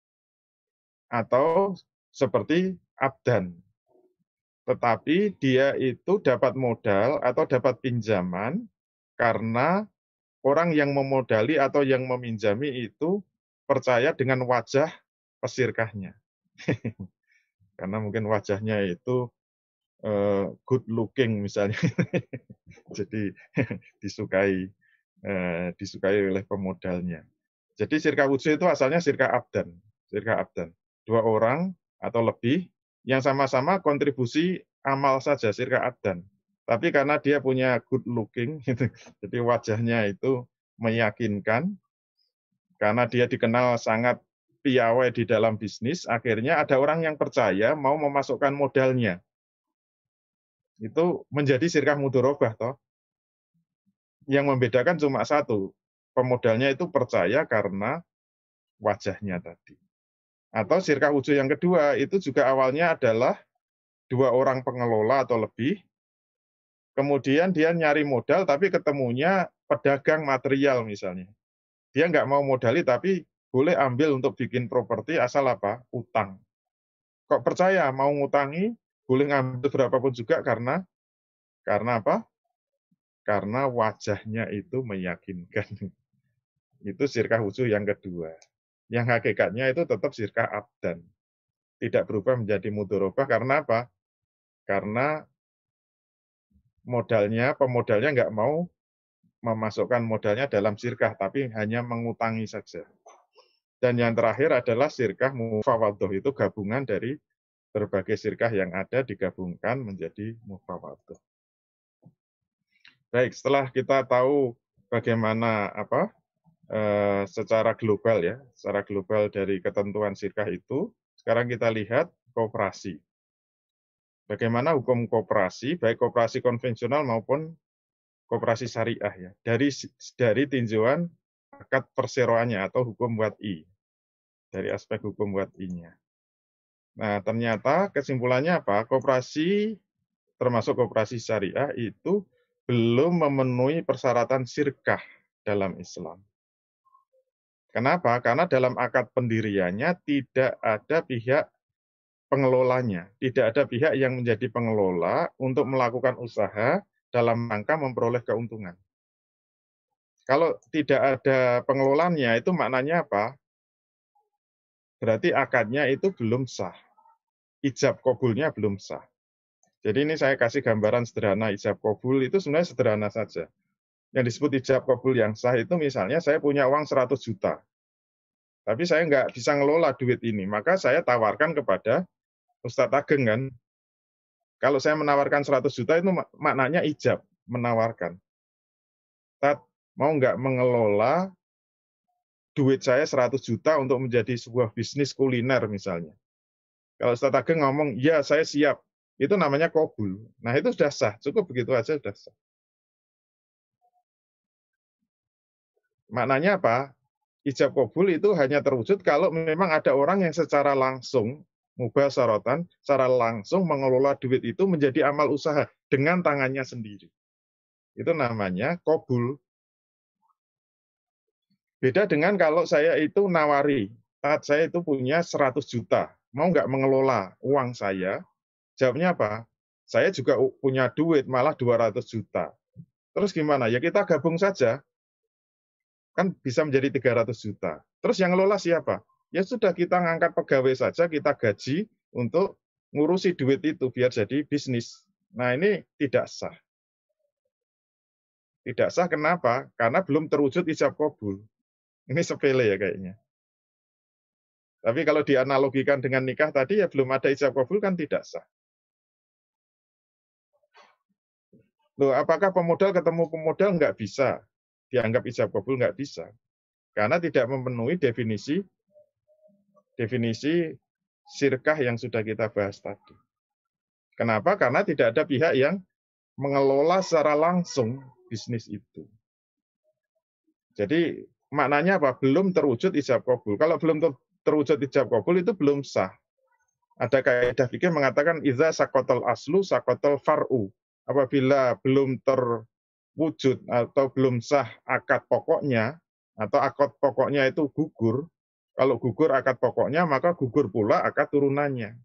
atau seperti abdan. Tetapi dia itu dapat modal atau dapat pinjaman karena orang yang memodali atau yang meminjami itu percaya dengan wajah pesirkahnya. Karena mungkin wajahnya itu good looking misalnya. Jadi disukai oleh pemodalnya. Jadi sirkah wujuh itu asalnya sirkah abdan. Sirkah abdan. 2 orang atau lebih yang sama-sama kontribusi amal saja sirkah abdan. Tapi karena dia punya good looking, jadi wajahnya itu meyakinkan, karena dia dikenal sangat piawai di dalam bisnis, akhirnya ada orang yang percaya mau memasukkan modalnya. Itu menjadi sirkah mudharabah toh. Yang membedakan cuma satu, pemodalnya itu percaya karena wajahnya tadi. Atau sirkah wujuh yang kedua itu juga awalnya adalah 2 orang pengelola atau lebih, kemudian dia nyari modal tapi ketemunya pedagang material misalnya. Dia nggak mau modali tapi boleh ambil untuk bikin properti asal apa? Utang. Kok percaya mau ngutangi, boleh ngambil berapapun juga karena apa? Karena wajahnya itu meyakinkan. Itu sirkah wujuh yang kedua. Yang hakikatnya itu tetap sirkah abdan. Tidak berubah menjadi mudorobah karena apa? Karena pemodalnya nggak mau memasukkan modalnya dalam sirkah, tapi hanya mengutangi saja. Dan yang terakhir adalah sirkah mufawadoh, itu gabungan dari berbagai sirkah yang ada digabungkan menjadi mufawadoh. Baik, setelah kita tahu bagaimana secara global dari ketentuan sirkah itu, sekarang kita lihat koperasi. Bagaimana hukum koperasi, baik koperasi konvensional maupun koperasi syariah ya, dari tinjauan akad perseroannya atau hukum wad'i, dari aspek hukum wad'inya. Nah, ternyata kesimpulannya apa? Koperasi, termasuk koperasi syariah, itu belum memenuhi persyaratan sirkah dalam Islam. Kenapa? Karena dalam akad pendiriannya tidak ada pihak pengelolanya, tidak ada pihak yang menjadi pengelola untuk melakukan usaha dalam rangka memperoleh keuntungan. Kalau tidak ada pengelolanya, itu maknanya apa? Berarti akadnya itu belum sah. Ijab kabulnya belum sah. Jadi ini saya kasih gambaran sederhana ijab kabul itu sebenarnya sederhana saja. Yang disebut ijab kabul yang sah itu misalnya saya punya uang 100 juta. Tapi saya nggak bisa ngelola duit ini, maka saya tawarkan kepada Ustadz Ageng kan. Kalau saya menawarkan 100 juta itu maknanya ijab, menawarkan. Ustadz, mau nggak mengelola duit saya 100 juta untuk menjadi sebuah bisnis kuliner misalnya. Kalau Ustadz Ageng ngomong, ya saya siap, itu namanya kabul. Nah itu sudah sah, cukup begitu aja sudah sah. Maknanya apa? Ijab kabul itu hanya terwujud kalau memang ada orang yang secara langsung, mubasyaratan, secara langsung mengelola duit itu menjadi amal usaha dengan tangannya sendiri. Itu namanya kabul. Beda dengan kalau saya itu nawari, saat saya itu punya 100 juta, mau nggak mengelola uang saya? Jawabnya apa? Saya juga punya duit, malah 200 juta. Terus gimana? Ya kita gabung saja. Kan bisa menjadi 300 juta. Terus yang ngelola siapa? Ya sudah, kita ngangkat pegawai saja, kita gaji untuk ngurusi duit itu biar jadi bisnis. Nah ini tidak sah. Tidak sah kenapa? Karena belum terwujud ijab kabul. Ini sepele ya kayaknya. Tapi kalau dianalogikan dengan nikah tadi ya belum ada ijab kabul kan tidak sah. Loh, apakah pemodal ketemu pemodal nggak bisa? Dianggap ijab kabul nggak bisa. Karena tidak memenuhi definisi sirkah yang sudah kita bahas tadi. Kenapa? Karena tidak ada pihak yang mengelola secara langsung bisnis itu. Jadi maknanya apa? Belum terwujud ijab kabul. Kalau belum terwujud ijab kabul itu belum sah. Ada kaidah fikih mengatakan idza saqatal aslu saqatal far'u. Apabila belum terwujud atau belum sah akad pokoknya atau akad pokoknya itu gugur, kalau gugur akad pokoknya maka gugur pula akad turunannya.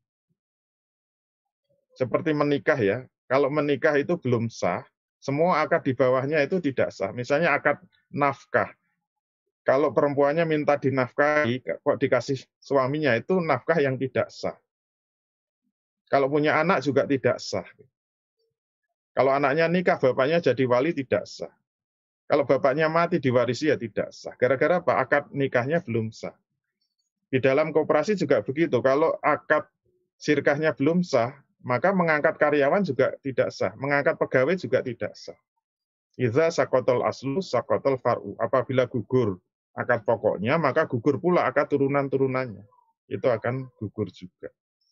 Seperti menikah ya, kalau menikah itu belum sah, semua akad di bawahnya itu tidak sah. Misalnya akad nafkah. Kalau perempuannya minta dinafkahi, kok dikasih suaminya, itu nafkah yang tidak sah. Kalau punya anak juga tidak sah. Kalau anaknya nikah, bapaknya jadi wali tidak sah. Kalau bapaknya mati diwarisi ya tidak sah. Gara-gara apa? Akad nikahnya belum sah. Di dalam koperasi juga begitu. Kalau akad sirkahnya belum sah, maka mengangkat karyawan juga tidak sah. Mengangkat pegawai juga tidak sah. Idza saqatal aslu saqatal far'u. Apabila gugur akad pokoknya, maka gugur pula akad turunan-turunannya. Itu akan gugur juga.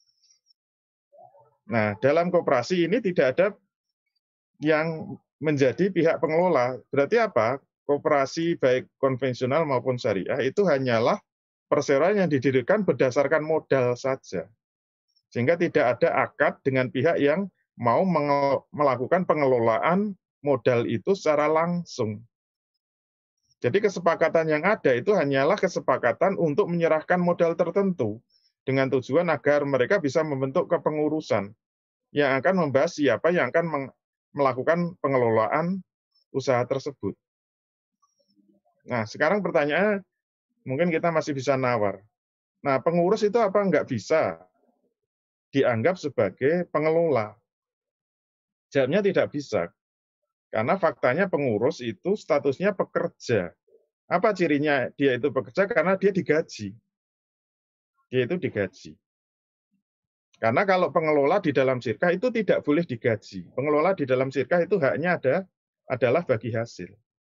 Nah, dalam koperasi ini tidak ada yang menjadi pihak pengelola. Berarti apa? Koperasi baik konvensional maupun syariah itu hanyalah perseroan yang didirikan berdasarkan modal saja. Sehingga tidak ada akad dengan pihak yang mau melakukan pengelolaan modal itu secara langsung. Jadi kesepakatan yang ada itu hanyalah kesepakatan untuk menyerahkan modal tertentu dengan tujuan agar mereka bisa membentuk kepengurusan yang akan membahas siapa yang akan melakukan pengelolaan usaha tersebut. Nah, sekarang pertanyaannya mungkin kita masih bisa nawar. Nah, pengurus itu apa nggak bisa dianggap sebagai pengelola? Jawabnya tidak bisa. Karena faktanya pengurus itu statusnya pekerja. Apa cirinya dia itu pekerja? Karena dia digaji. Dia itu digaji. Karena kalau pengelola di dalam sirkah itu tidak boleh digaji. Pengelola di dalam sirkah itu haknya adalah bagi hasil.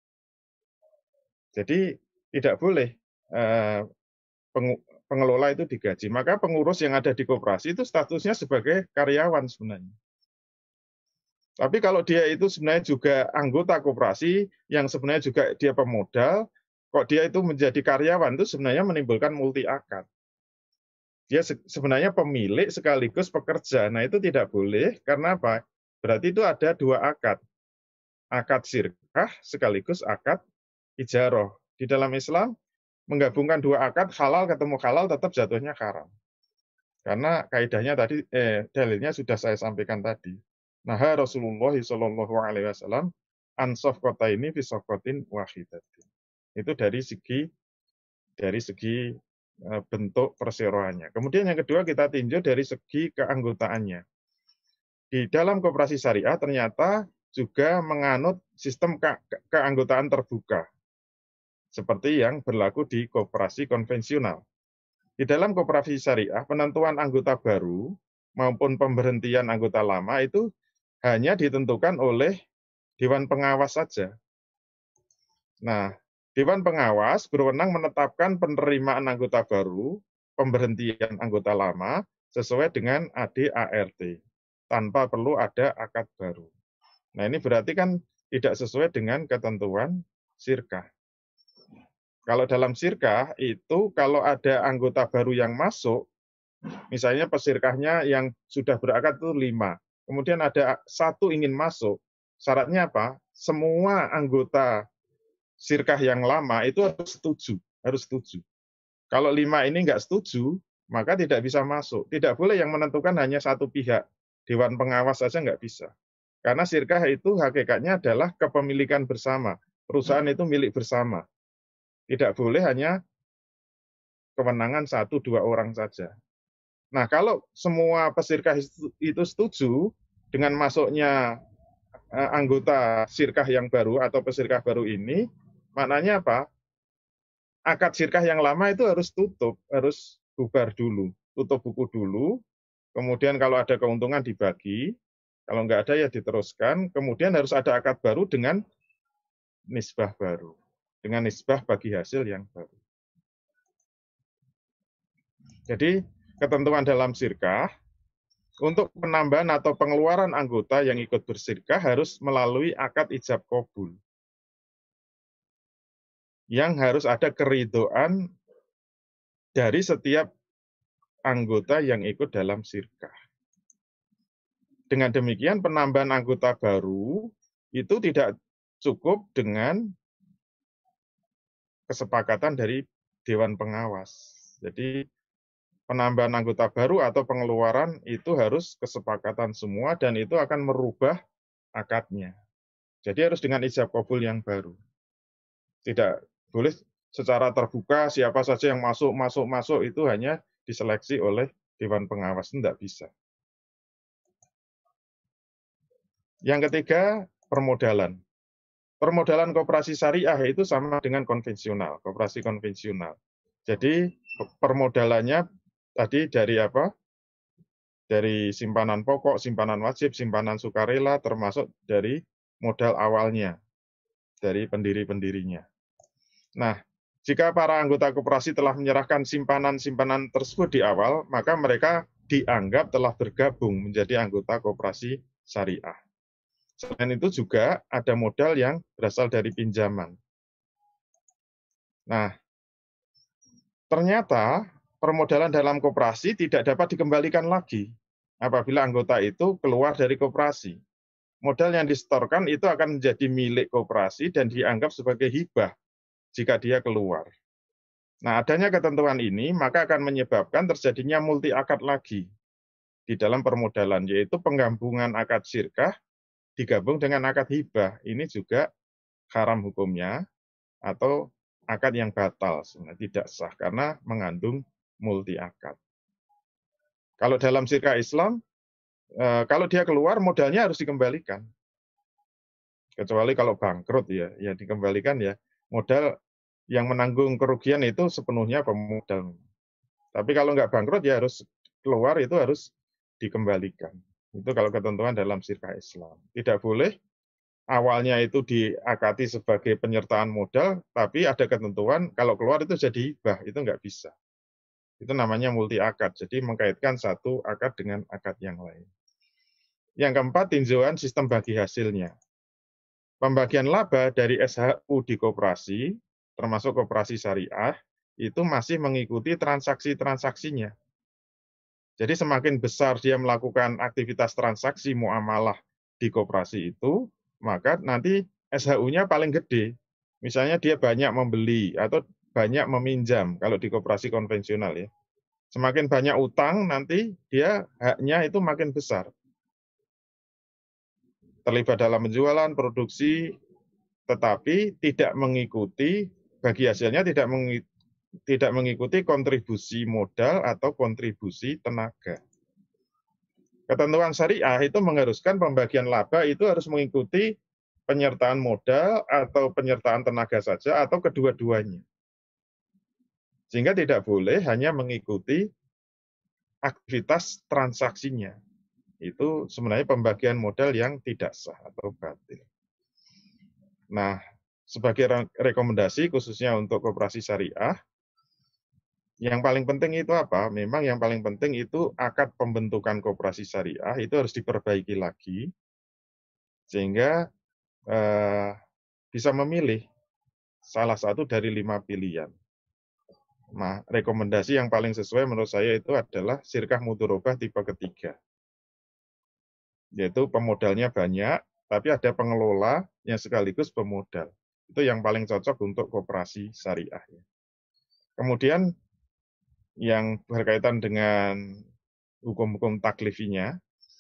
Jadi tidak boleh pengelola itu digaji. Maka pengurus yang ada di koperasi itu statusnya sebagai karyawan sebenarnya. Tapi kalau dia itu sebenarnya juga anggota koperasi yang sebenarnya juga dia pemodal, kok dia itu menjadi karyawan itu sebenarnya menimbulkan multi akad. Dia sebenarnya pemilik sekaligus pekerja. Nah itu tidak boleh karena apa? Berarti itu ada dua akad. Akad sirkah sekaligus akad ijaroh. Di dalam Islam menggabungkan dua akad halal ketemu halal tetap jatuhnya haram. Karena kaidahnya tadi dalilnya sudah saya sampaikan tadi. Nah, Rasulullah Shallallahu Alaihi Wasallam ansof kota ini fisokotin wahidatin. Itu dari segi bentuk perseroannya. Kemudian yang kedua kita tinjau dari segi keanggotaannya. Di dalam koperasi syariah ternyata juga menganut sistem keanggotaan terbuka, seperti yang berlaku di koperasi konvensional. Di dalam koperasi syariah, penentuan anggota baru maupun pemberhentian anggota lama itu hanya ditentukan oleh Dewan Pengawas saja. Nah, Dewan Pengawas berwenang menetapkan penerimaan anggota baru, pemberhentian anggota lama, sesuai dengan ADART, tanpa perlu ada akad baru. Nah, ini berarti kan tidak sesuai dengan ketentuan sirkah. Kalau dalam sirkah itu kalau ada anggota baru yang masuk, misalnya pesirkahnya yang sudah berakad itu 5, kemudian ada 1 ingin masuk, syaratnya apa? Semua anggota sirkah yang lama itu harus setuju. Kalau 5 ini nggak setuju, maka tidak bisa masuk. Tidak boleh yang menentukan hanya satu pihak, Dewan Pengawas saja nggak bisa. Karena sirkah itu hakikatnya adalah kepemilikan bersama. Perusahaan itu milik bersama. Tidak boleh hanya kewenangan 1-2 orang saja. Nah, kalau semua pesirkah itu setuju dengan masuknya anggota sirkah yang baru atau pesirkah baru ini, maknanya apa? Akad sirkah yang lama itu harus tutup, harus bubar dulu, tutup buku dulu, kemudian kalau ada keuntungan dibagi, kalau nggak ada ya diteruskan, kemudian harus ada akad baru dengan nisbah baru, dengan nisbah bagi hasil yang baru. Jadi ketentuan dalam sirkah, untuk penambahan atau pengeluaran anggota yang ikut bersirkah harus melalui akad ijab qabul. Yang harus ada keridhaan dari setiap anggota yang ikut dalam sirkah. Dengan demikian penambahan anggota baru itu tidak cukup dengan kesepakatan dari Dewan Pengawas. Jadi penambahan anggota baru atau pengeluaran itu harus kesepakatan semua dan itu akan merubah akadnya. Jadi harus dengan ijab qabul yang baru. Tidak boleh secara terbuka siapa saja yang masuk itu hanya diseleksi oleh Dewan Pengawas, tidak bisa. Yang ketiga, permodalan. Permodalan koperasi syariah itu sama dengan konvensional, koperasi konvensional. Jadi permodalannya tadi dari apa? Dari simpanan pokok, simpanan wajib, simpanan sukarela, termasuk dari modal awalnya, dari pendiri-pendirinya. Nah, jika para anggota koperasi telah menyerahkan simpanan-simpanan tersebut di awal, maka mereka dianggap telah bergabung menjadi anggota koperasi syariah. Selain itu juga ada modal yang berasal dari pinjaman. Nah, ternyata permodalan dalam koperasi tidak dapat dikembalikan lagi apabila anggota itu keluar dari koperasi. Modal yang disetorkan itu akan menjadi milik koperasi dan dianggap sebagai hibah jika dia keluar. Nah, adanya ketentuan ini maka akan menyebabkan terjadinya multi akad lagi di dalam permodalan, yaitu penggabungan akad syirkah digabung dengan akad hibah. Ini juga haram hukumnya atau akad yang batal, sebenarnya tidak sah karena mengandung multi akad. Kalau dalam syirkah Islam, kalau dia keluar modalnya harus dikembalikan. Kecuali kalau bangkrut ya dikembalikan ya. Modal yang menanggung kerugian itu sepenuhnya pemodal. Tapi kalau nggak bangkrut ya harus keluar, itu harus dikembalikan. Itu kalau ketentuan dalam syirkah Islam. Tidak boleh awalnya itu diakati sebagai penyertaan modal, tapi ada ketentuan kalau keluar itu jadi hibah, itu nggak bisa. Itu namanya multi akad, jadi mengkaitkan satu akad dengan akad yang lain. Yang keempat, tinjauan sistem bagi hasilnya. Pembagian laba dari SHU di koperasi, termasuk koperasi syariah, itu masih mengikuti transaksi-transaksinya. Jadi semakin besar dia melakukan aktivitas transaksi muamalah di koperasi itu, maka nanti SHU-nya paling gede. Misalnya dia banyak membeli atau banyak meminjam kalau di koperasi konvensional ya. Semakin banyak utang nanti dia haknya itu makin besar. Terlibat dalam penjualan, produksi, tetapi tidak mengikuti, bagi hasilnya tidak mengikuti kontribusi modal atau kontribusi tenaga. Ketentuan syariah itu mengharuskan pembagian laba itu harus mengikuti penyertaan modal atau penyertaan tenaga saja atau kedua-duanya. Sehingga tidak boleh hanya mengikuti aktivitas transaksinya. Itu sebenarnya pembagian modal yang tidak sah atau batil. Nah, sebagai rekomendasi khususnya untuk koperasi syariah, yang paling penting itu apa? Memang yang paling penting itu akad pembentukan koperasi syariah itu harus diperbaiki lagi, sehingga bisa memilih salah satu dari 5 pilihan. Nah, rekomendasi yang paling sesuai menurut saya itu adalah syirkah mudharabah tipe ketiga. Yaitu pemodalnya banyak, tapi ada pengelola yang sekaligus pemodal. Itu yang paling cocok untuk koperasi syariah. Kemudian yang berkaitan dengan hukum-hukum taklifinya,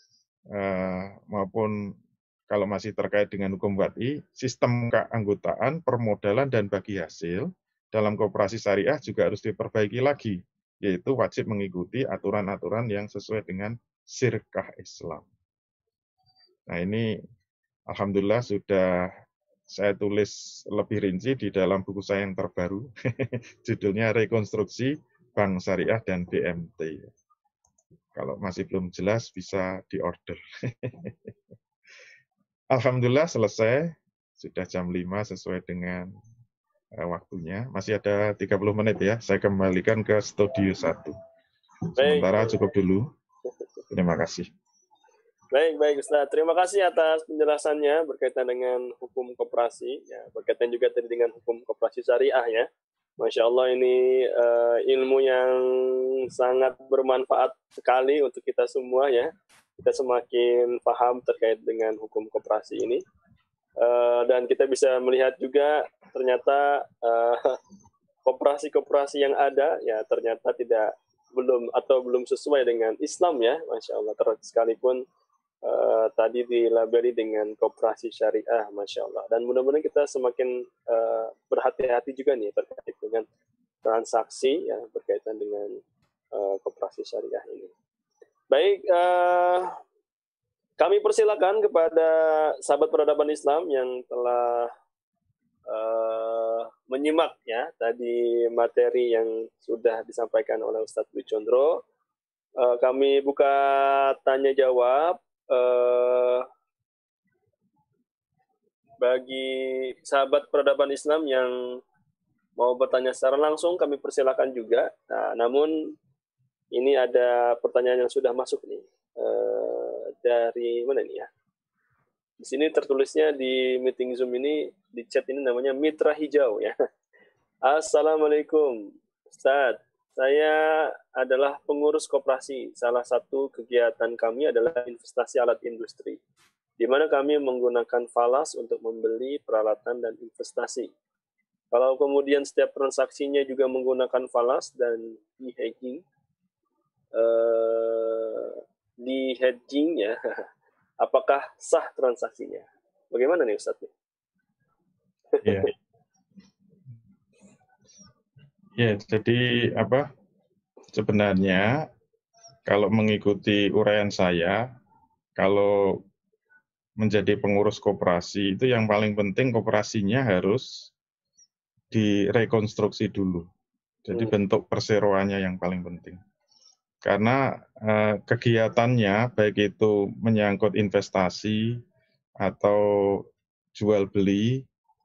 maupun kalau masih terkait dengan hukum wad'i, sistem keanggotaan, permodalan, dan bagi hasil dalam koperasi syariah juga harus diperbaiki lagi, yaitu wajib mengikuti aturan-aturan yang sesuai dengan syirkah Islam. Nah ini alhamdulillah sudah saya tulis lebih rinci di dalam buku saya yang terbaru, judulnya Rekonstruksi Bank Syariah dan BMT. Kalau masih belum jelas bisa diorder. Alhamdulillah selesai, sudah jam 5 sesuai dengan waktunya. Masih ada 30 menit ya, saya kembalikan ke studio 1. Sementara cukup dulu. Terima kasih. Baik Ustaz. Terima kasih atas penjelasannya berkaitan dengan hukum koperasi, ya, berkaitan juga tadi dengan hukum koperasi syariah ya. Masya Allah ini ilmu yang sangat bermanfaat sekali untuk kita semua ya. Kita semakin paham terkait dengan hukum koperasi ini. Dan kita bisa melihat juga ternyata koperasi-koperasi yang ada ya ternyata belum sesuai dengan Islam ya, Masya Allah. Sekalipun tadi dilabeli dengan koperasi syariah, Masya Allah. Dan mudah-mudahan kita semakin berhati-hati juga nih terkait dengan transaksi ya berkaitan dengan koperasi syariah ini. Baik, kami persilakan kepada sahabat peradaban Islam yang telah menyimak ya tadi materi yang sudah disampaikan oleh Ustadz Dwi Condro. Kami buka tanya jawab. Bagi sahabat peradaban Islam yang mau bertanya secara langsung, kami persilakan juga. Nah, namun ini ada pertanyaan yang sudah masuk nih dari mana nih ya? Di sini tertulisnya di meeting Zoom ini, di chat ini namanya Mitra Hijau ya. Assalamualaikum, Ustadz. Saya adalah pengurus koperasi. Salah satu kegiatan kami adalah investasi alat industri, di mana kami menggunakan falas untuk membeli peralatan dan investasi. Kalau kemudian setiap transaksinya juga menggunakan falas dan di-hedging, ya, apakah sah transaksinya? Bagaimana nih Ustadz? Ya, ya. Jadi apa? Sebenarnya kalau mengikuti uraian saya, kalau menjadi pengurus koperasi itu yang paling penting koperasinya harus direkonstruksi dulu. Jadi bentuk perseroannya yang paling penting. Karena kegiatannya baik itu menyangkut investasi atau jual beli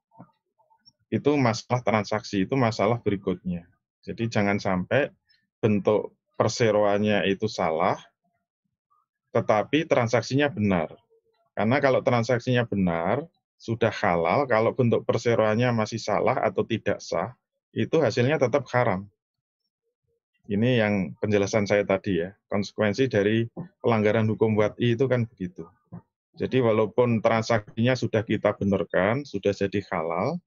itu masalah transaksi, itu masalah berikutnya. Jadi jangan sampai bentuk perseroannya itu salah, tetapi transaksinya benar. Karena kalau transaksinya benar, sudah halal, kalau bentuk perseroannya masih salah atau tidak sah, itu hasilnya tetap haram. Ini yang penjelasan saya tadi ya, konsekuensi dari pelanggaran hukum WATI itu kan begitu. Jadi walaupun transaksinya sudah kita benarkan, sudah jadi halal,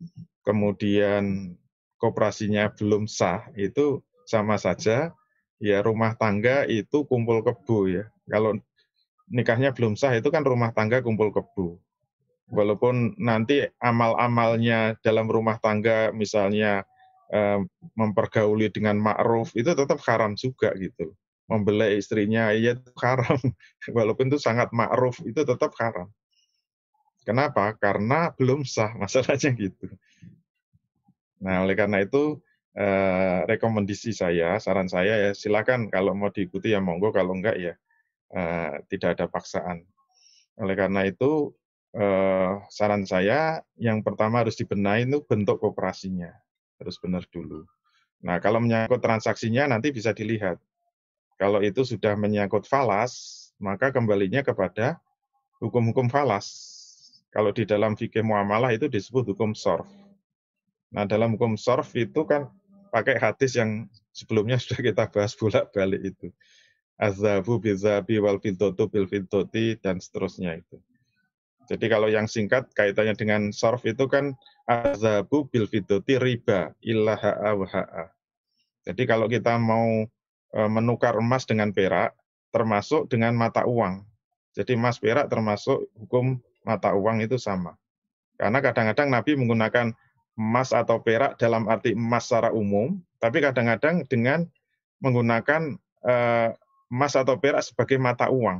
kemudian koperasinya belum sah, itu sama saja ya rumah tangga itu kumpul kebo ya. Kalau nikahnya belum sah itu kan rumah tangga kumpul kebo. Walaupun nanti amal-amalnya dalam rumah tangga misalnya mempergauli dengan ma'ruf itu tetap haram juga gitu. Membelai istrinya ya itu haram. Walaupun itu sangat ma'ruf itu tetap haram. Kenapa? Karena belum sah, masalahnya gitu. Nah, oleh karena itu rekomendasi saya, saran saya ya silakan kalau mau diikuti ya monggo, kalau enggak ya tidak ada paksaan. Oleh karena itu saran saya yang pertama harus dibenahi itu bentuk koperasinya, harus benar dulu. Nah, kalau menyangkut transaksinya nanti bisa dilihat. Kalau itu sudah menyangkut falas, maka kembalinya kepada hukum-hukum falas. Kalau di dalam fikih muamalah itu disebut hukum shorf. Nah, dalam hukum shorf itu kan pakai hadis yang sebelumnya sudah kita bahas bolak-balik itu. Az-zahabu bil-zahabi wal fiddatu bil fiddati dan seterusnya itu. Jadi kalau yang singkat kaitannya dengan shorf itu kan az-zahabu bil fiddati riba illa ha'a wa ha'a. Jadi kalau kita mau menukar emas dengan perak, termasuk dengan mata uang. Jadi emas perak termasuk hukum mata uang itu sama. Karena kadang-kadang Nabi menggunakan emas atau perak dalam arti emas secara umum, tapi kadang-kadang dengan menggunakan emas atau perak sebagai mata uang.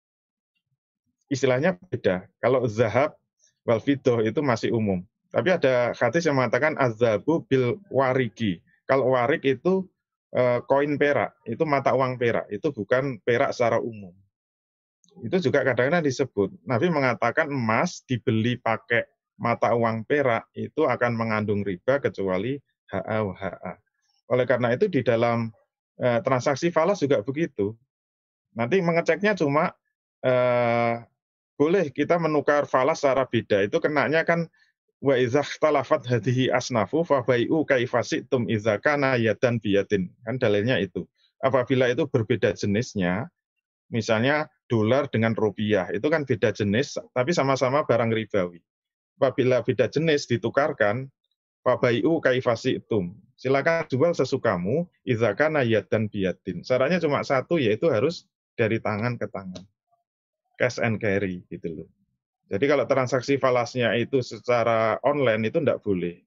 Istilahnya beda. Kalau zahab wal fiddah itu masih umum. Tapi ada hadis yang mengatakan az-zahabu bil wariki. Kalau warik itu koin perak, itu mata uang perak, itu bukan perak secara umum. Itu juga kadang-kadang disebut. Nabi mengatakan emas dibeli pakai mata uang perak itu akan mengandung riba kecuali HA HA. Oleh karena itu di dalam transaksi falas juga begitu. Nanti mengeceknya cuma boleh kita menukar falas secara beda. Itu kenanya kan wa idza ikhtalafat hadhihi asnafu fa bai'u kaifasitum idza kana yadan biyadin. Kan dalilnya itu. Apabila itu berbeda jenisnya, misalnya dolar dengan rupiah, itu kan beda jenis tapi sama-sama barang ribawi. Apabila beda jenis ditukarkan, fa bai'u kaifasitum. Silakan jual sesukamu idza kana yadan biyadin. Syaratnya cuma satu, yaitu harus dari tangan ke tangan. Cash and carry gitu loh. Jadi kalau transaksi falasnya itu secara online itu enggak boleh.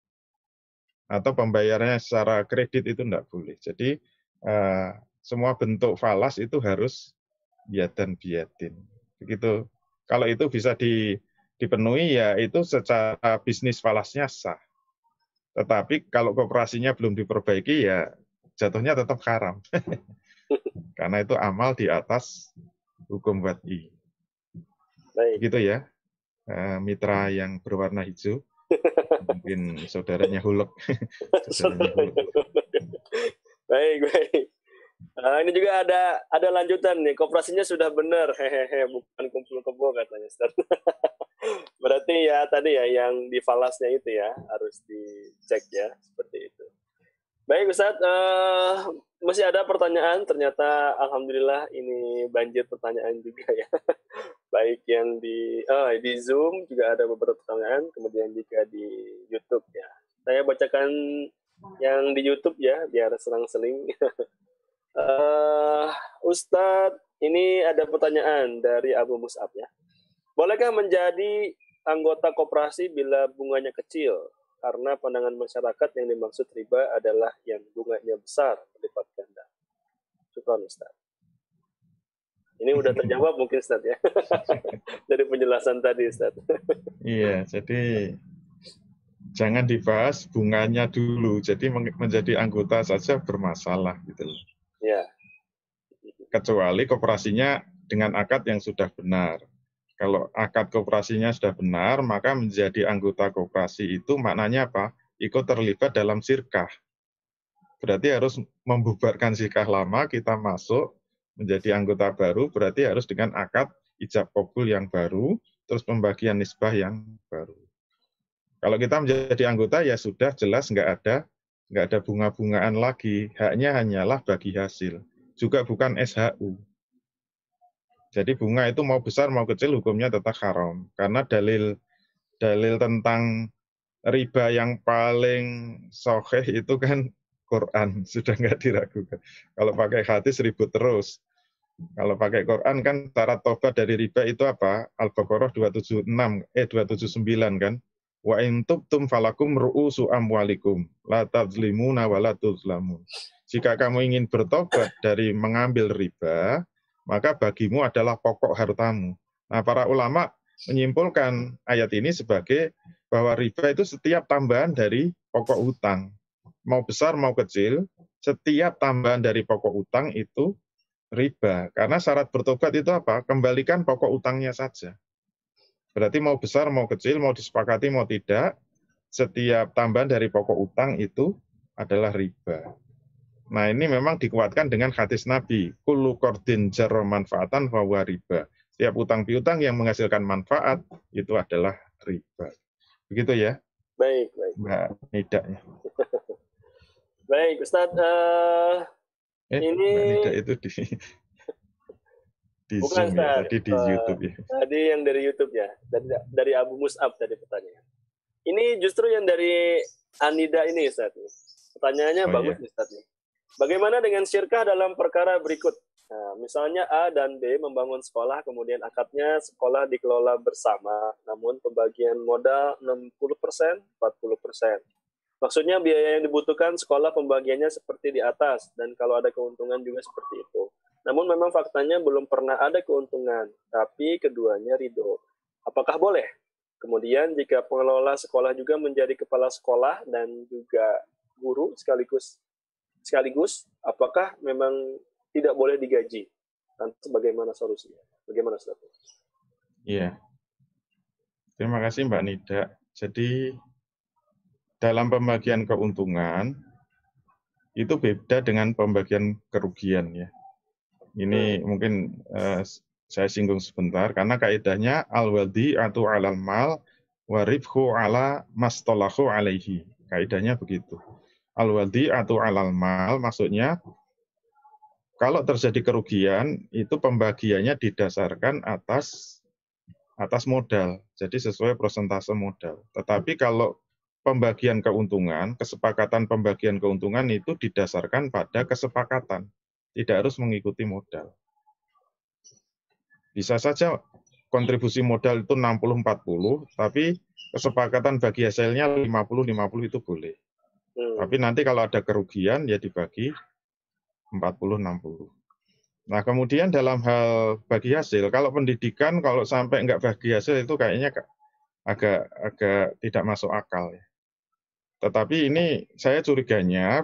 Atau pembayarannya secara kredit itu enggak boleh. Jadi semua bentuk falas itu harus yadan biyadin. Begitu. Kalau itu bisa dipenuhi ya itu secara bisnis falasnya sah. Tetapi kalau koperasinya belum diperbaiki ya jatuhnya tetap haram. Karena itu amal di atas hukum WATI. Begitu ya. Mitra yang berwarna hijau, mungkin saudaranya Huluk. Baik. Ini juga ada lanjutan nih, koperasinya sudah benar, hehehe, bukan kumpul kebo katanya Ustaz. Berarti ya tadi ya yang di falasnya itu ya harus dicek ya seperti itu. Baik Ustadz, masih ada pertanyaan, ternyata Alhamdulillah ini banjir pertanyaan juga ya. Baik yang di Zoom juga ada beberapa pertanyaan, kemudian juga di YouTube ya. Saya bacakan yang di YouTube ya, biar selang-seling. Ustadz, ini ada pertanyaan dari Abu Mus'ab ya. Bolehkah menjadi anggota koperasi bila bunganya kecil? Karena pandangan masyarakat yang dimaksud riba adalah yang bunganya besar berlipat ganda. Syukran Ustaz. Ini udah terjawab mungkin Ustaz ya. Dari penjelasan tadi Ustaz. Iya, jadi jangan dibahas bunganya dulu. Jadi menjadi anggota saja bermasalah gitu loh. Ya. Kecuali koperasinya dengan akad yang sudah benar. Kalau akad koperasinya sudah benar, maka menjadi anggota koperasi itu maknanya apa? Ikut terlibat dalam sirkah. Berarti harus membubarkan sirkah lama, kita masuk menjadi anggota baru, berarti harus dengan akad ijab qabul yang baru, terus pembagian nisbah yang baru. Kalau kita menjadi anggota ya sudah jelas nggak ada bunga-bungaan lagi, haknya hanyalah bagi hasil. Juga bukan SHU. Jadi bunga itu mau besar mau kecil hukumnya tetap haram. Karena dalil tentang riba yang paling sahih itu kan Quran, sudah nggak diragukan. Kalau pakai hadis ribut terus. Kalau pakai Quran kan syarat tobat dari riba itu apa? Al-Baqarah 279 kan. Wa in tubtum falakum ru'usu amwalikum la tadzlimuna wa la tuzlamun. Jika kamu ingin bertobat dari mengambil riba, maka bagimu adalah pokok hartamu. Nah, para ulama menyimpulkan ayat ini sebagai bahwa riba itu setiap tambahan dari pokok utang. Mau besar mau kecil, setiap tambahan dari pokok utang itu riba. Karena syarat bertobat itu apa? Kembalikan pokok utangnya saja. Berarti mau besar mau kecil, mau disepakati mau tidak, setiap tambahan dari pokok utang itu adalah riba. Nah, ini memang dikuatkan dengan hadis Nabi, kullu qardin jarra manfaatan fahuwa riba. Setiap utang piutang yang menghasilkan manfaat itu adalah riba. Begitu ya? Baik. Mbak Nida ya. Baik, Ustaz. Ini Mbak Nida itu di bukan Zoom Ustaz. ya, tadi di YouTube ya. Tadi yang dari YouTube ya, dari Abu Mus'ab tadi pertanyaan. Ini justru yang dari Anida ini Ustaz. Pertanyaannya bagus nih Ustaz nih. Bagaimana dengan syirkah dalam perkara berikut? Nah, misalnya A dan B membangun sekolah, kemudian akadnya sekolah dikelola bersama, namun pembagian modal 60%, 40%. Maksudnya biaya yang dibutuhkan sekolah pembagiannya seperti di atas, dan kalau ada keuntungan juga seperti itu. Namun memang faktanya belum pernah ada keuntungan, tapi keduanya ridho. Apakah boleh? Kemudian jika pengelola sekolah juga menjadi kepala sekolah dan juga guru sekaligus, apakah memang tidak boleh digaji? Dan bagaimana solusinya? Bagaimana Ustaz? Iya. Terima kasih Mbak Nida. Jadi dalam pembagian keuntungan itu beda dengan pembagian kerugian ya. Ini mungkin saya singgung sebentar karena kaidahnya al-waldi atau alal mal waribhu ala mastolahu alaihi. Kaidahnya begitu. Al-waldi atau alal mal maksudnya kalau terjadi kerugian itu pembagiannya didasarkan atas modal. Jadi sesuai persentase modal. Tetapi kalau pembagian keuntungan, kesepakatan pembagian keuntungan itu didasarkan pada kesepakatan. Tidak harus mengikuti modal. Bisa saja kontribusi modal itu 60-40, tapi kesepakatan bagi hasilnya 50-50 itu boleh. Tapi nanti kalau ada kerugian ya dibagi 40-60. Nah kemudian dalam hal bagi hasil, kalau pendidikan kalau sampai nggak bagi hasil itu kayaknya agak tidak masuk akal ya. Tetapi ini saya curiganya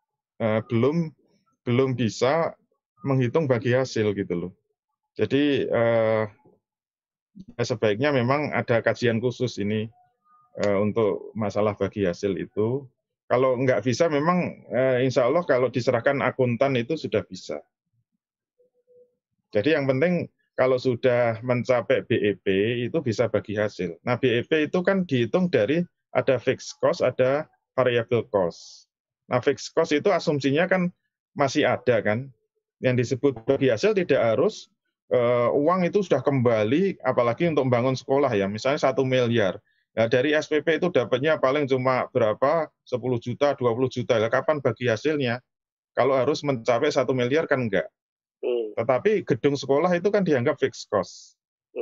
belum bisa menghitung bagi hasil gitu loh. Jadi sebaiknya memang ada kajian khusus ini untuk masalah bagi hasil itu. Kalau nggak bisa memang insya Allah kalau diserahkan akuntan itu sudah bisa. Jadi yang penting kalau sudah mencapai BEP itu bisa bagi hasil. Nah BEP itu kan dihitung dari ada fixed cost, ada variable cost. Nah, fixed cost itu asumsinya kan masih ada kan. Yang disebut bagi hasil tidak harus uang itu sudah kembali, apalagi untuk membangun sekolah ya, misalnya 1 miliar. Nah, dari SPP itu dapatnya paling cuma berapa, 10 juta, 20 juta. Nah, kapan bagi hasilnya? Kalau harus mencapai 1 miliar kan enggak. Tetapi gedung sekolah itu kan dianggap fixed cost.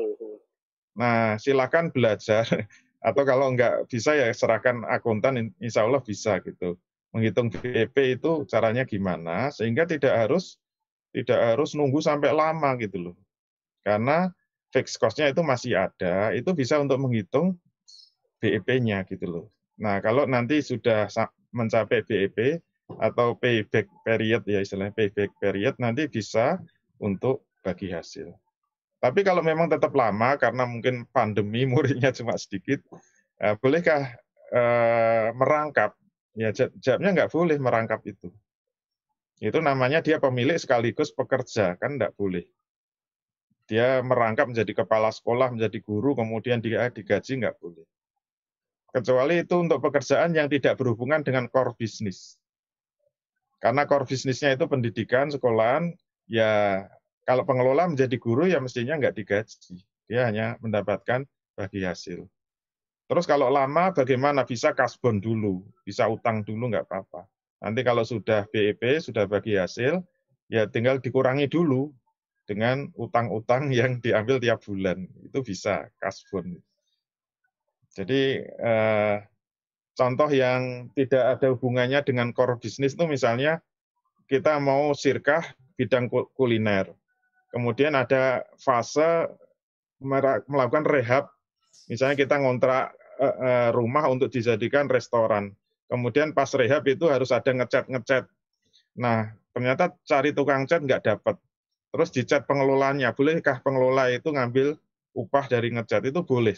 Nah, silakan belajar. Atau kalau enggak bisa ya serahkan akuntan, insya Allah bisa gitu. Menghitung BEP itu caranya gimana, sehingga tidak harus nunggu sampai lama gitu loh. Karena fixed cost-nya itu masih ada, itu bisa untuk menghitung BEP-nya gitu loh. Nah, kalau nanti sudah mencapai BEP atau payback period ya istilahnya payback period, nanti bisa untuk bagi hasil. Tapi kalau memang tetap lama karena mungkin pandemi muridnya cuma sedikit, bolehkah merangkap? Ya jawabnya nggak boleh merangkap itu. Itu namanya dia pemilik sekaligus pekerja, kan nggak boleh. Dia merangkap menjadi kepala sekolah, menjadi guru, kemudian dia digaji, nggak boleh. Kecuali itu untuk pekerjaan yang tidak berhubungan dengan core business. Karena core business-nya itu pendidikan, sekolahan, ya kalau pengelola menjadi guru ya mestinya nggak digaji. Dia hanya mendapatkan bagi hasil. Terus kalau lama bagaimana? Bisa kasbon dulu, bisa utang dulu nggak apa-apa. Nanti kalau sudah BEP, sudah bagi hasil, ya tinggal dikurangi dulu dengan utang-utang yang diambil tiap bulan. Itu bisa kasbon. Jadi contoh yang tidak ada hubungannya dengan core bisnis itu misalnya kita mau sirkah bidang kuliner. Kemudian ada fase melakukan rehab, misalnya kita ngontrak rumah untuk dijadikan restoran. Kemudian pas rehab itu harus ada ngecat. Nah, ternyata cari tukang cat nggak dapat. Terus dicat pengelolanya, bolehkah pengelola itu ngambil upah dari ngecat? Itu boleh,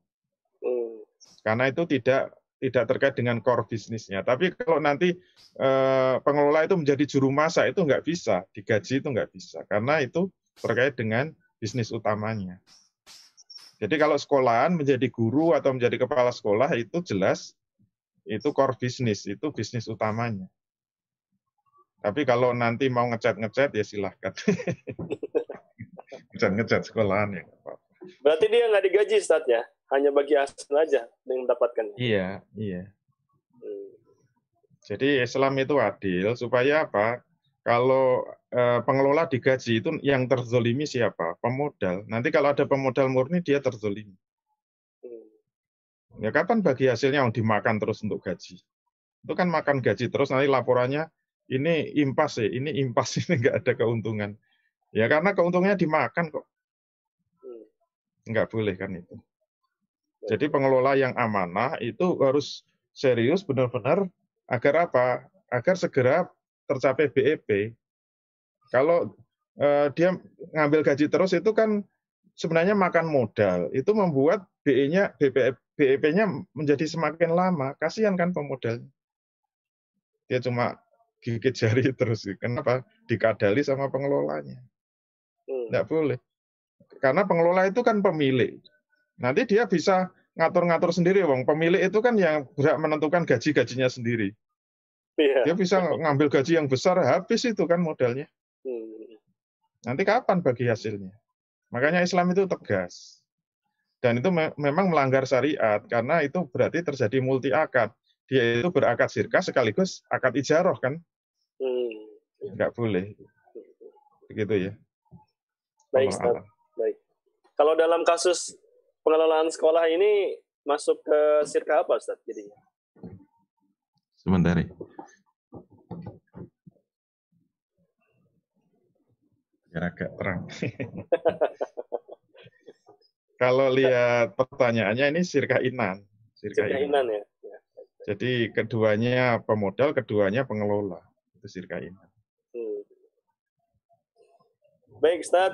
karena itu tidak terkait dengan core bisnisnya. Tapi kalau nanti pengelola itu menjadi juru masak itu nggak bisa, digaji itu nggak bisa, karena itu terkait dengan bisnis utamanya. Jadi kalau sekolahan menjadi guru atau menjadi kepala sekolah itu jelas itu core bisnis, itu bisnis utamanya. Tapi kalau nanti mau ngecat ya silahkan. ngecat sekolahan ya. Berarti dia nggak digaji, Ustaz ya? Hanya bagi hasil aja yang mendapatkan. Iya. Jadi Islam itu adil supaya apa? Kalau pengelola digaji itu yang terzolimi siapa? Pemodal. Nanti kalau ada pemodal murni dia terzolimi. Ya kapan bagi hasilnya yang dimakan terus untuk gaji? Itu kan makan gaji terus nanti laporannya ini impas ini nggak ada keuntungan. Ya karena keuntungannya dimakan kok. Nggak boleh kan itu. Jadi pengelola yang amanah itu harus serius benar-benar agar apa? Agar segera tercapai BEP. Kalau dia ngambil gaji terus itu kan sebenarnya makan modal. Itu membuat BEP-nya menjadi semakin lama. Kasihan kan pemodalnya. Dia cuma gigit jari terus. Kenapa? Dikadali sama pengelolanya. Nggak boleh. Karena pengelola itu kan pemilik. Nanti dia bisa ngatur-ngatur sendiri, Wong. Pemilik itu kan yang berhak menentukan gaji-gajinya sendiri. Dia bisa ngambil gaji yang besar, habis itu kan modalnya. Nanti kapan bagi hasilnya? Makanya Islam itu tegas. Dan itu memang melanggar syariat, karena itu berarti terjadi multi akad. Dia itu berakad sirkah sekaligus akad ijaroh kan? Nggak boleh. Begitu ya. Baik, Ustaz. Baik. Kalau dalam kasus pengelolaan sekolah ini masuk ke sirkah apa, Ustaz, jadinya? Sebentar ya. Biar agak terang. Kalau lihat pertanyaannya ini sirkah inan. Sirkah inan ya. Jadi keduanya pemodal, keduanya pengelola. Itu sirkah inan. Baik, Ustaz.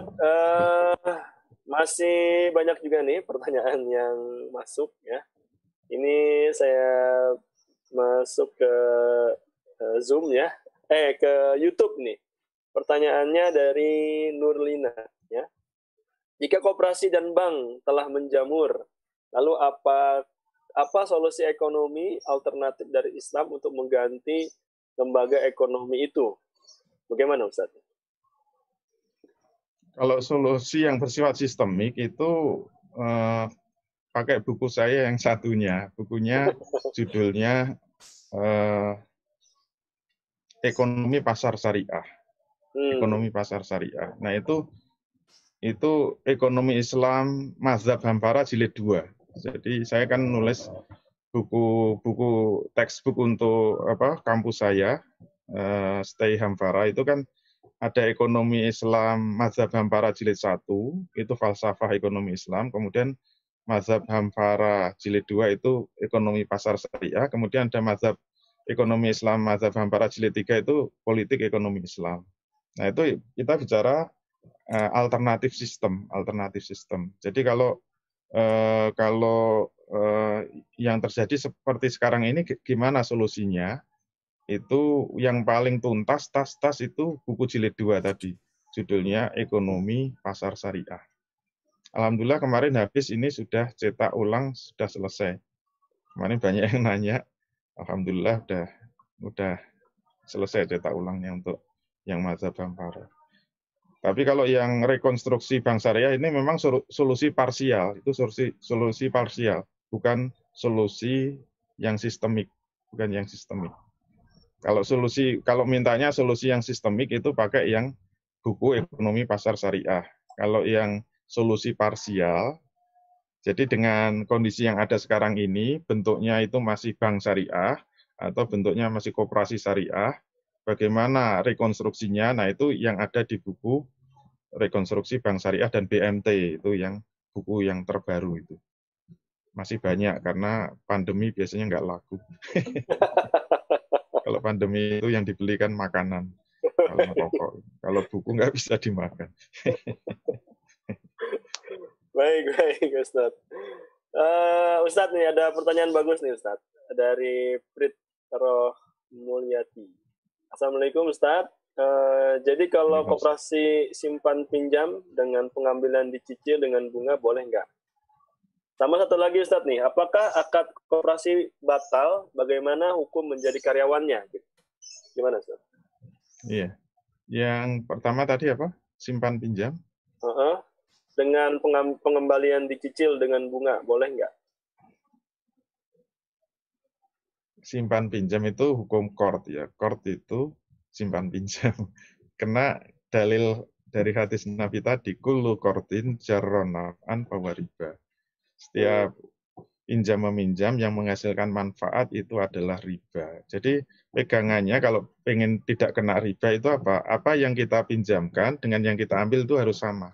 Masih banyak juga nih pertanyaan yang masuk ya. Ini saya masuk ke Zoom ya. Ke YouTube nih. Pertanyaannya dari Nurlina ya. Jika koperasi dan bank telah menjamur, lalu apa solusi ekonomi alternatif dari Islam untuk mengganti lembaga ekonomi itu. Bagaimana Ustaz? Kalau solusi yang bersifat sistemik itu pakai buku saya yang satunya. Bukunya judulnya Ekonomi Pasar Syariah. Ekonomi Pasar Syariah. Nah, itu ekonomi Islam Mazhab Hampara jilid 2. Jadi saya kan nulis buku textbook untuk kampus saya, Stay Hampara, itu kan ada ekonomi Islam Mazhab Hampara jilid 1, itu falsafah ekonomi Islam, kemudian Mazhab Hampara jilid 2 itu ekonomi pasar syariah, kemudian ada Mazhab ekonomi Islam Mazhab Hampara jilid 3 itu politik ekonomi Islam. Nah, itu kita bicara alternatif sistem. Jadi kalau yang terjadi seperti sekarang ini gimana solusinya? Itu yang paling tuntas tas itu buku jilid 2 tadi. Judulnya Ekonomi Pasar Syariah. Alhamdulillah kemarin habis, ini sudah cetak ulang, sudah selesai. Kemarin banyak yang nanya, alhamdulillah udah selesai cetak ulangnya untuk yang Mazhab Hampara. Tapi kalau yang rekonstruksi Bank Syariah ini memang solusi parsial, itu solusi parsial, bukan solusi yang sistemik, Kalau mintanya solusi yang sistemik itu pakai yang buku Ekonomi Pasar Syariah. Kalau yang solusi parsial, jadi dengan kondisi yang ada sekarang ini, bentuknya itu masih bank syariah atau bentuknya masih koperasi syariah, bagaimana rekonstruksinya? Nah, itu yang ada di buku Rekonstruksi Bank Syariah dan BMT, itu yang buku yang terbaru itu. Masih banyak karena pandemi biasanya nggak laku. Kalau pandemi itu yang dibeli kan makanan, kalau rokok. Kalau buku nggak bisa dimakan. Baik Ustadz. Ustadz nih ada pertanyaan bagus nih Ustadz dari Prit Roh Mulyati. Assalamualaikum Ustadz. Jadi kalau koperasi simpan pinjam dengan pengambilan dicicil dengan bunga boleh nggak? Sama satu lagi Ustadz nih, apakah akad koperasi batal? Bagaimana hukum menjadi karyawannya? Gimana Ustadz? Iya. Yang pertama tadi apa? Simpan pinjam? Dengan pengembalian dicicil dengan bunga, boleh nggak? Simpan pinjam itu hukum qard ya. Qard itu simpan pinjam. Kena dalil dari hadis Nabi tadi, kullu qardin jarron naf'an fahuwa riba. Setiap pinjam meminjam yang menghasilkan manfaat itu adalah riba. Jadi pegangannya kalau pengen tidak kena riba itu apa? Apa yang kita pinjamkan dengan yang kita ambil itu harus sama.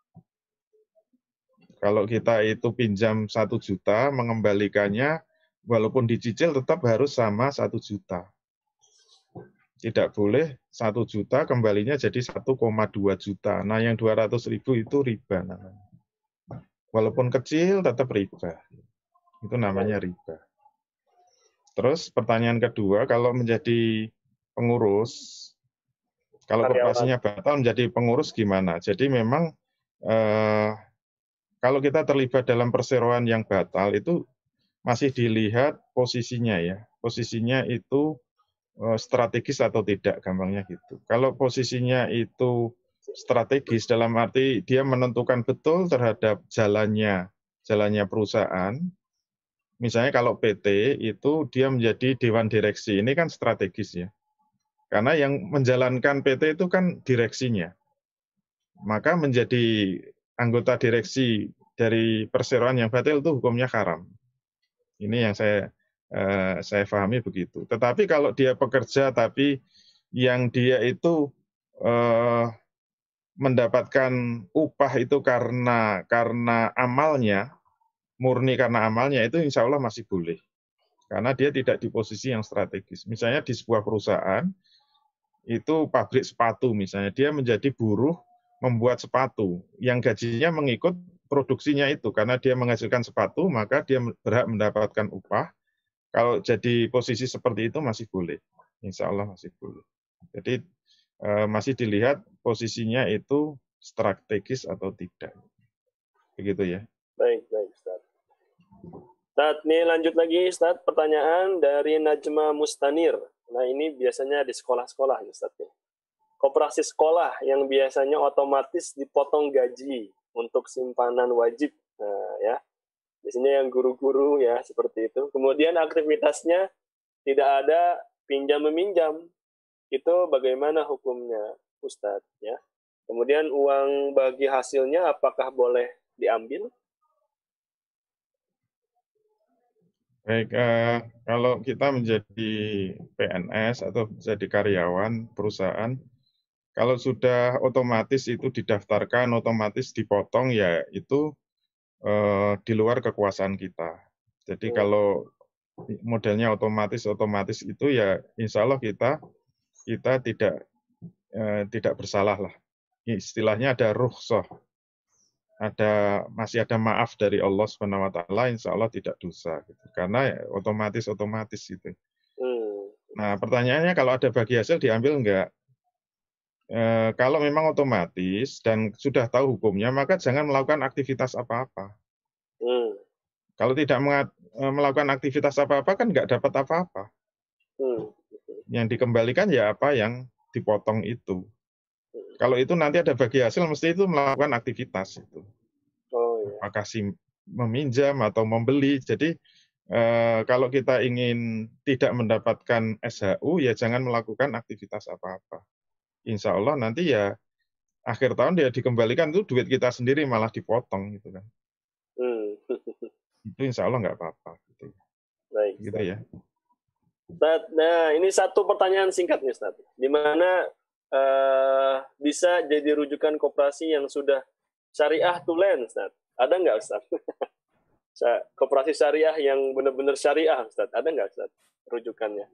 Kalau kita itu pinjam 1 juta, mengembalikannya walaupun dicicil tetap harus sama 1 juta. Tidak boleh 1 juta kembalinya jadi 1,2 juta. Nah, yang 200.000 itu riba namanya. Walaupun kecil tetap riba. Itu namanya riba. Terus pertanyaan kedua, kalau menjadi pengurus, kalau koperasinya batal menjadi pengurus gimana? Jadi memang kalau kita terlibat dalam perseroan yang batal itu masih dilihat posisinya ya. Posisinya itu strategis atau tidak, gampangnya gitu. Kalau posisinya itu strategis dalam arti dia menentukan betul terhadap jalannya perusahaan. Misalnya kalau PT itu dia menjadi dewan direksi, ini kan strategis ya. Karena yang menjalankan PT itu kan direksinya. Maka menjadi anggota direksi dari perseroan yang batal itu hukumnya haram. Ini yang saya pahami begitu. Tetapi kalau dia pekerja tapi yang dia itu mendapatkan upah itu karena amalnya, murni karena amalnya, itu insya Allah masih boleh. Karena dia tidak di posisi yang strategis. Misalnya di sebuah perusahaan, itu pabrik sepatu misalnya, dia menjadi buruh membuat sepatu, yang gajinya mengikut produksinya itu, karena dia menghasilkan sepatu, maka dia berhak mendapatkan upah. Kalau jadi posisi seperti itu masih boleh, insya Allah masih boleh. Jadi masih dilihat posisinya itu strategis atau tidak. Begitu ya. Baik Ustaz. Ustaz, ini lanjut lagi Ustaz, pertanyaan dari Najma Mustanir. Nah, ini biasanya di sekolah-sekolah, Ustaz. Koperasi sekolah yang biasanya otomatis dipotong gaji untuk simpanan wajib. Nah, ya. Biasanya yang guru-guru ya, seperti itu. Kemudian aktivitasnya tidak ada pinjam-meminjam. Itu bagaimana hukumnya, Ustadz? Ya. Kemudian uang bagi hasilnya apakah boleh diambil? Baik, kalau kita menjadi PNS atau jadi karyawan perusahaan, kalau sudah otomatis itu didaftarkan, otomatis dipotong, ya itu di luar kekuasaan kita. Jadi kalau modelnya otomatis itu ya insya Allah kita tidak bersalah lah. Istilahnya ada rukhsah, masih ada maaf dari Allah Subhanahu wa taala, insya Allah tidak dosa gitu. Karena ya, otomatis gitu. Nah, pertanyaannya kalau ada bagi hasil diambil enggak? Kalau memang otomatis dan sudah tahu hukumnya, maka jangan melakukan aktivitas apa-apa. Kalau tidak melakukan aktivitas apa-apa kan nggak dapat apa-apa. Yang dikembalikan ya apa yang dipotong itu. Kalau itu nanti ada bagi hasil, mesti itu melakukan aktivitas itu. Apakah meminjam atau membeli. Jadi kalau kita ingin tidak mendapatkan SHU, ya jangan melakukan aktivitas apa-apa. Insya Allah nanti ya akhir tahun dia dikembalikan itu duit kita sendiri malah dipotong gitu kan. Itu insya Allah nggak apa-apa. Gitu. Baik. Gitu ya. Nah, ini satu pertanyaan singkat nih, Ustaz. Di mana bisa jadi rujukan koperasi yang sudah syariah tulen, Ustaz? Ada nggak, Ustaz? Koperasi syariah yang benar-benar syariah, Ustaz? Ada nggak, Ustaz, rujukannya?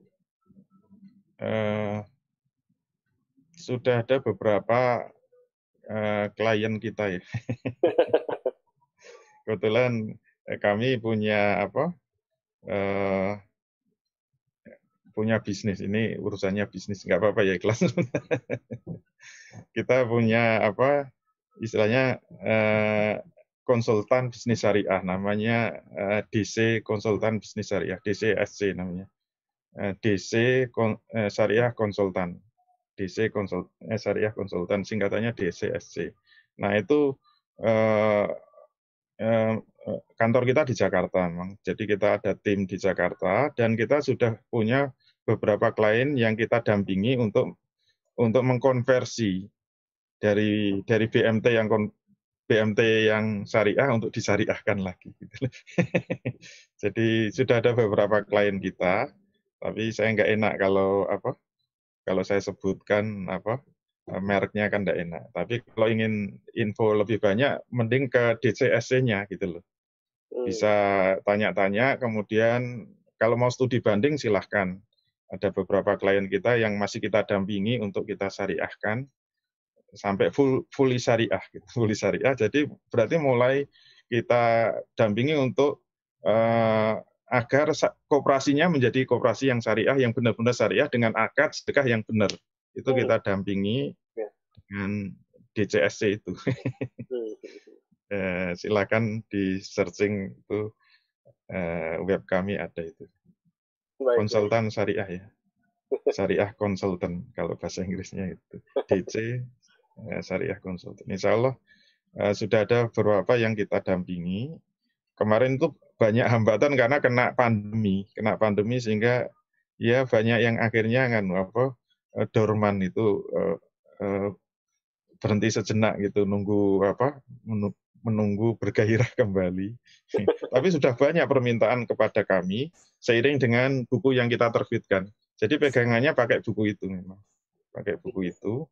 Sudah ada beberapa klien kita ya. Kebetulan kami punya punya bisnis, ini urusannya bisnis, nggak apa-apa ya, ikhlas. Kita punya istilahnya konsultan bisnis syariah, namanya DC Konsultan Bisnis Syariah, DCSC namanya. DC Syariah Konsultan, Syariah Konsultan, singkatannya DCSC. Nah itu kantor kita di Jakarta, memang. Jadi kita ada tim di Jakarta dan kita sudah punya beberapa klien yang kita dampingi untuk mengkonversi dari BMT yang syariah untuk disyariahkan lagi. Gitu. Jadi sudah ada beberapa klien kita, tapi saya nggak enak kalau saya sebutkan mereknya kan nggak enak. Tapi kalau ingin info lebih banyak, mending ke DCSC-nya gitu loh. Bisa tanya-tanya, kemudian kalau mau studi banding silahkan. Ada beberapa klien kita yang masih kita dampingi untuk kita syariahkan sampai fully syariah, gitu. Fully syariah. Jadi berarti mulai kita dampingi untuk agar koperasinya menjadi koperasi yang syariah, yang benar-benar syariah dengan akad sedekah yang benar. Itu kita dampingi dengan DCSC itu. Silakan di searching itu, web kami ada itu. Konsultan syariah ya. Syariah konsultan kalau bahasa Inggrisnya itu. DC Syariah Konsultan. Insya Allah sudah ada beberapa yang kita dampingi. Kemarin itu banyak hambatan karena kena pandemi sehingga ya banyak yang akhirnya dorman itu berhenti sejenak gitu, menunggu bergairah kembali. Tapi sudah banyak permintaan kepada kami seiring dengan buku yang kita terbitkan. Jadi pegangannya pakai buku itu memang. Pakai buku itu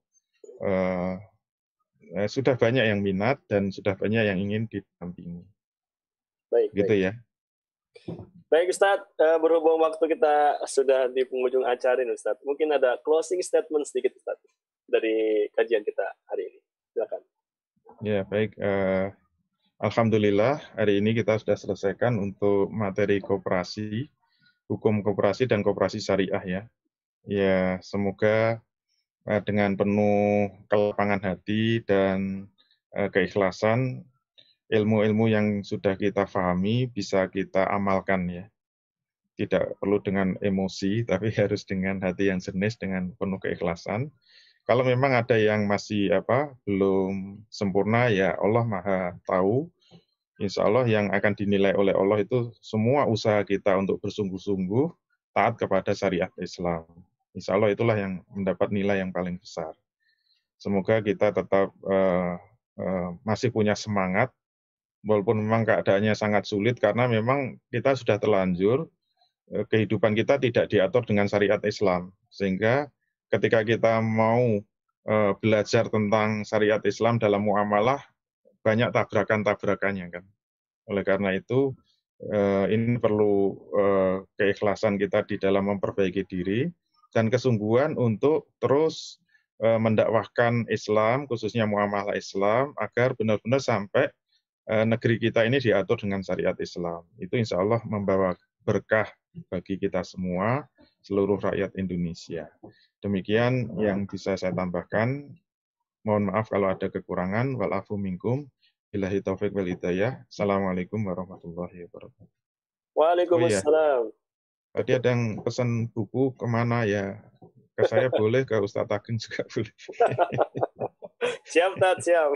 sudah banyak yang minat dan sudah banyak yang ingin didampingi. Baik, gitu ya. Baik Ustadz, berhubung waktu kita sudah di penghujung acara ini Ustadz, mungkin ada closing statement sedikit Ustadz dari kajian kita hari ini. Silakan. Ya, baik. Alhamdulillah hari ini kita sudah selesaikan untuk materi koperasi, hukum koperasi dan koperasi syariah ya. Ya, semoga dengan penuh kelapangan hati dan keikhlasan, ilmu-ilmu yang sudah kita pahami bisa kita amalkan ya. tidak perlu dengan emosi, tapi harus dengan hati yang jernih, dengan penuh keikhlasan. Kalau memang ada yang masih belum sempurna, ya Allah Maha tahu. Insya Allah yang akan dinilai oleh Allah itu semua usaha kita untuk bersungguh-sungguh taat kepada syariat Islam. Insya Allah itulah yang mendapat nilai yang paling besar. Semoga kita tetap masih punya semangat, walaupun memang keadaannya sangat sulit, karena memang kita sudah terlanjur, kehidupan kita tidak diatur dengan syariat Islam. Sehingga ketika kita mau belajar tentang syariat Islam dalam muamalah, banyak tabrakan-tabrakannya kan. Oleh karena itu, ini perlu keikhlasan kita di dalam memperbaiki diri dan kesungguhan untuk terus mendakwahkan Islam, khususnya muamalah Islam, agar benar-benar sampai negeri kita ini diatur dengan syariat Islam. Itu insya Allah membawa berkah bagi kita semua, seluruh rakyat Indonesia. Demikian yang bisa saya tambahkan. Mohon maaf kalau ada kekurangan. Walafu minkum. Billahi taufik wal hidayah. Assalamualaikum warahmatullahi wabarakatuh. Waalaikumsalam. Tadi ada yang pesan buku kemana ya? Ke saya boleh, ke Ustadz Ageng juga boleh. Siap, Tat, siap.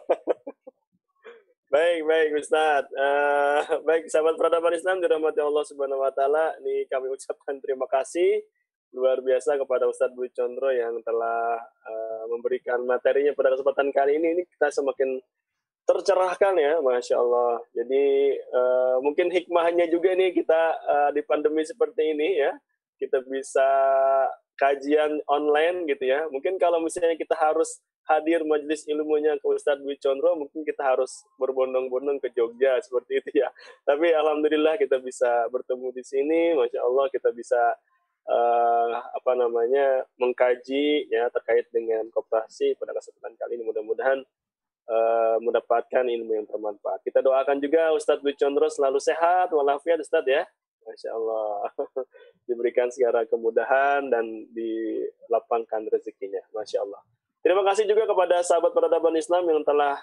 Baik Ustadz. Baik sahabat peradaban Islam dirahmati Allah Subhanahu Wa Taala. Ini kami ucapkan terima kasih luar biasa kepada Ustadz Budi Condro yang telah memberikan materinya pada kesempatan kali ini. Ini kita semakin tercerahkan ya, Masya Allah. Jadi mungkin hikmahnya juga nih kita di pandemi seperti ini ya, kita bisa kajian online gitu ya. Mungkin kalau misalnya kita harus hadir majelis ilmunya ke Ustadz Dwi Condro, mungkin kita harus berbondong-bondong ke Jogja seperti itu ya. Tapi alhamdulillah kita bisa bertemu di sini, Masya Allah kita bisa mengkaji ya terkait dengan koperasi pada kesempatan kali ini. Mudah-mudahan mendapatkan ilmu yang bermanfaat. Kita doakan juga Ustadz Dwi Condro selalu sehat walafiat Ustadz ya. Masya Allah. Diberikan segala kemudahan dan dilapangkan rezekinya. Masya Allah. Terima kasih juga kepada sahabat peradaban Islam yang telah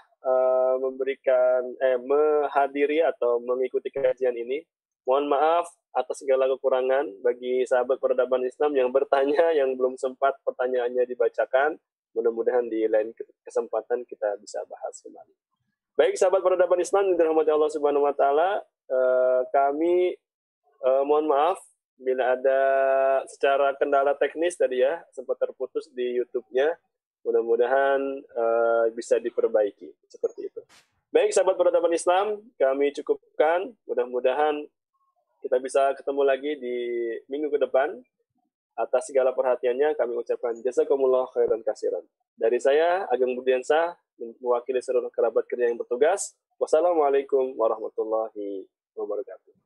menghadiri atau mengikuti kajian ini. Mohon maaf atas segala kekurangan bagi sahabat peradaban Islam yang bertanya, yang belum sempat pertanyaannya dibacakan. Mudah-mudahan di lain kesempatan kita bisa bahas kembali. Baik sahabat peradaban Islam yang dirahmati Allah Subhanahu Wa Taala, kami mohon maaf bila ada secara kendala teknis tadi ya, sempat terputus di YouTube-nya. Mudah-mudahan bisa diperbaiki seperti itu. Baik sahabat peradaban Islam, kami cukupkan. Mudah-mudahan kita bisa ketemu lagi di minggu ke depan. Atas segala perhatiannya kami ucapkan jazakumullah khairan katsiran. Dari saya Ageng Budiansyah mewakili seluruh kerabat kerja yang bertugas. Wassalamualaikum warahmatullahi wabarakatuh.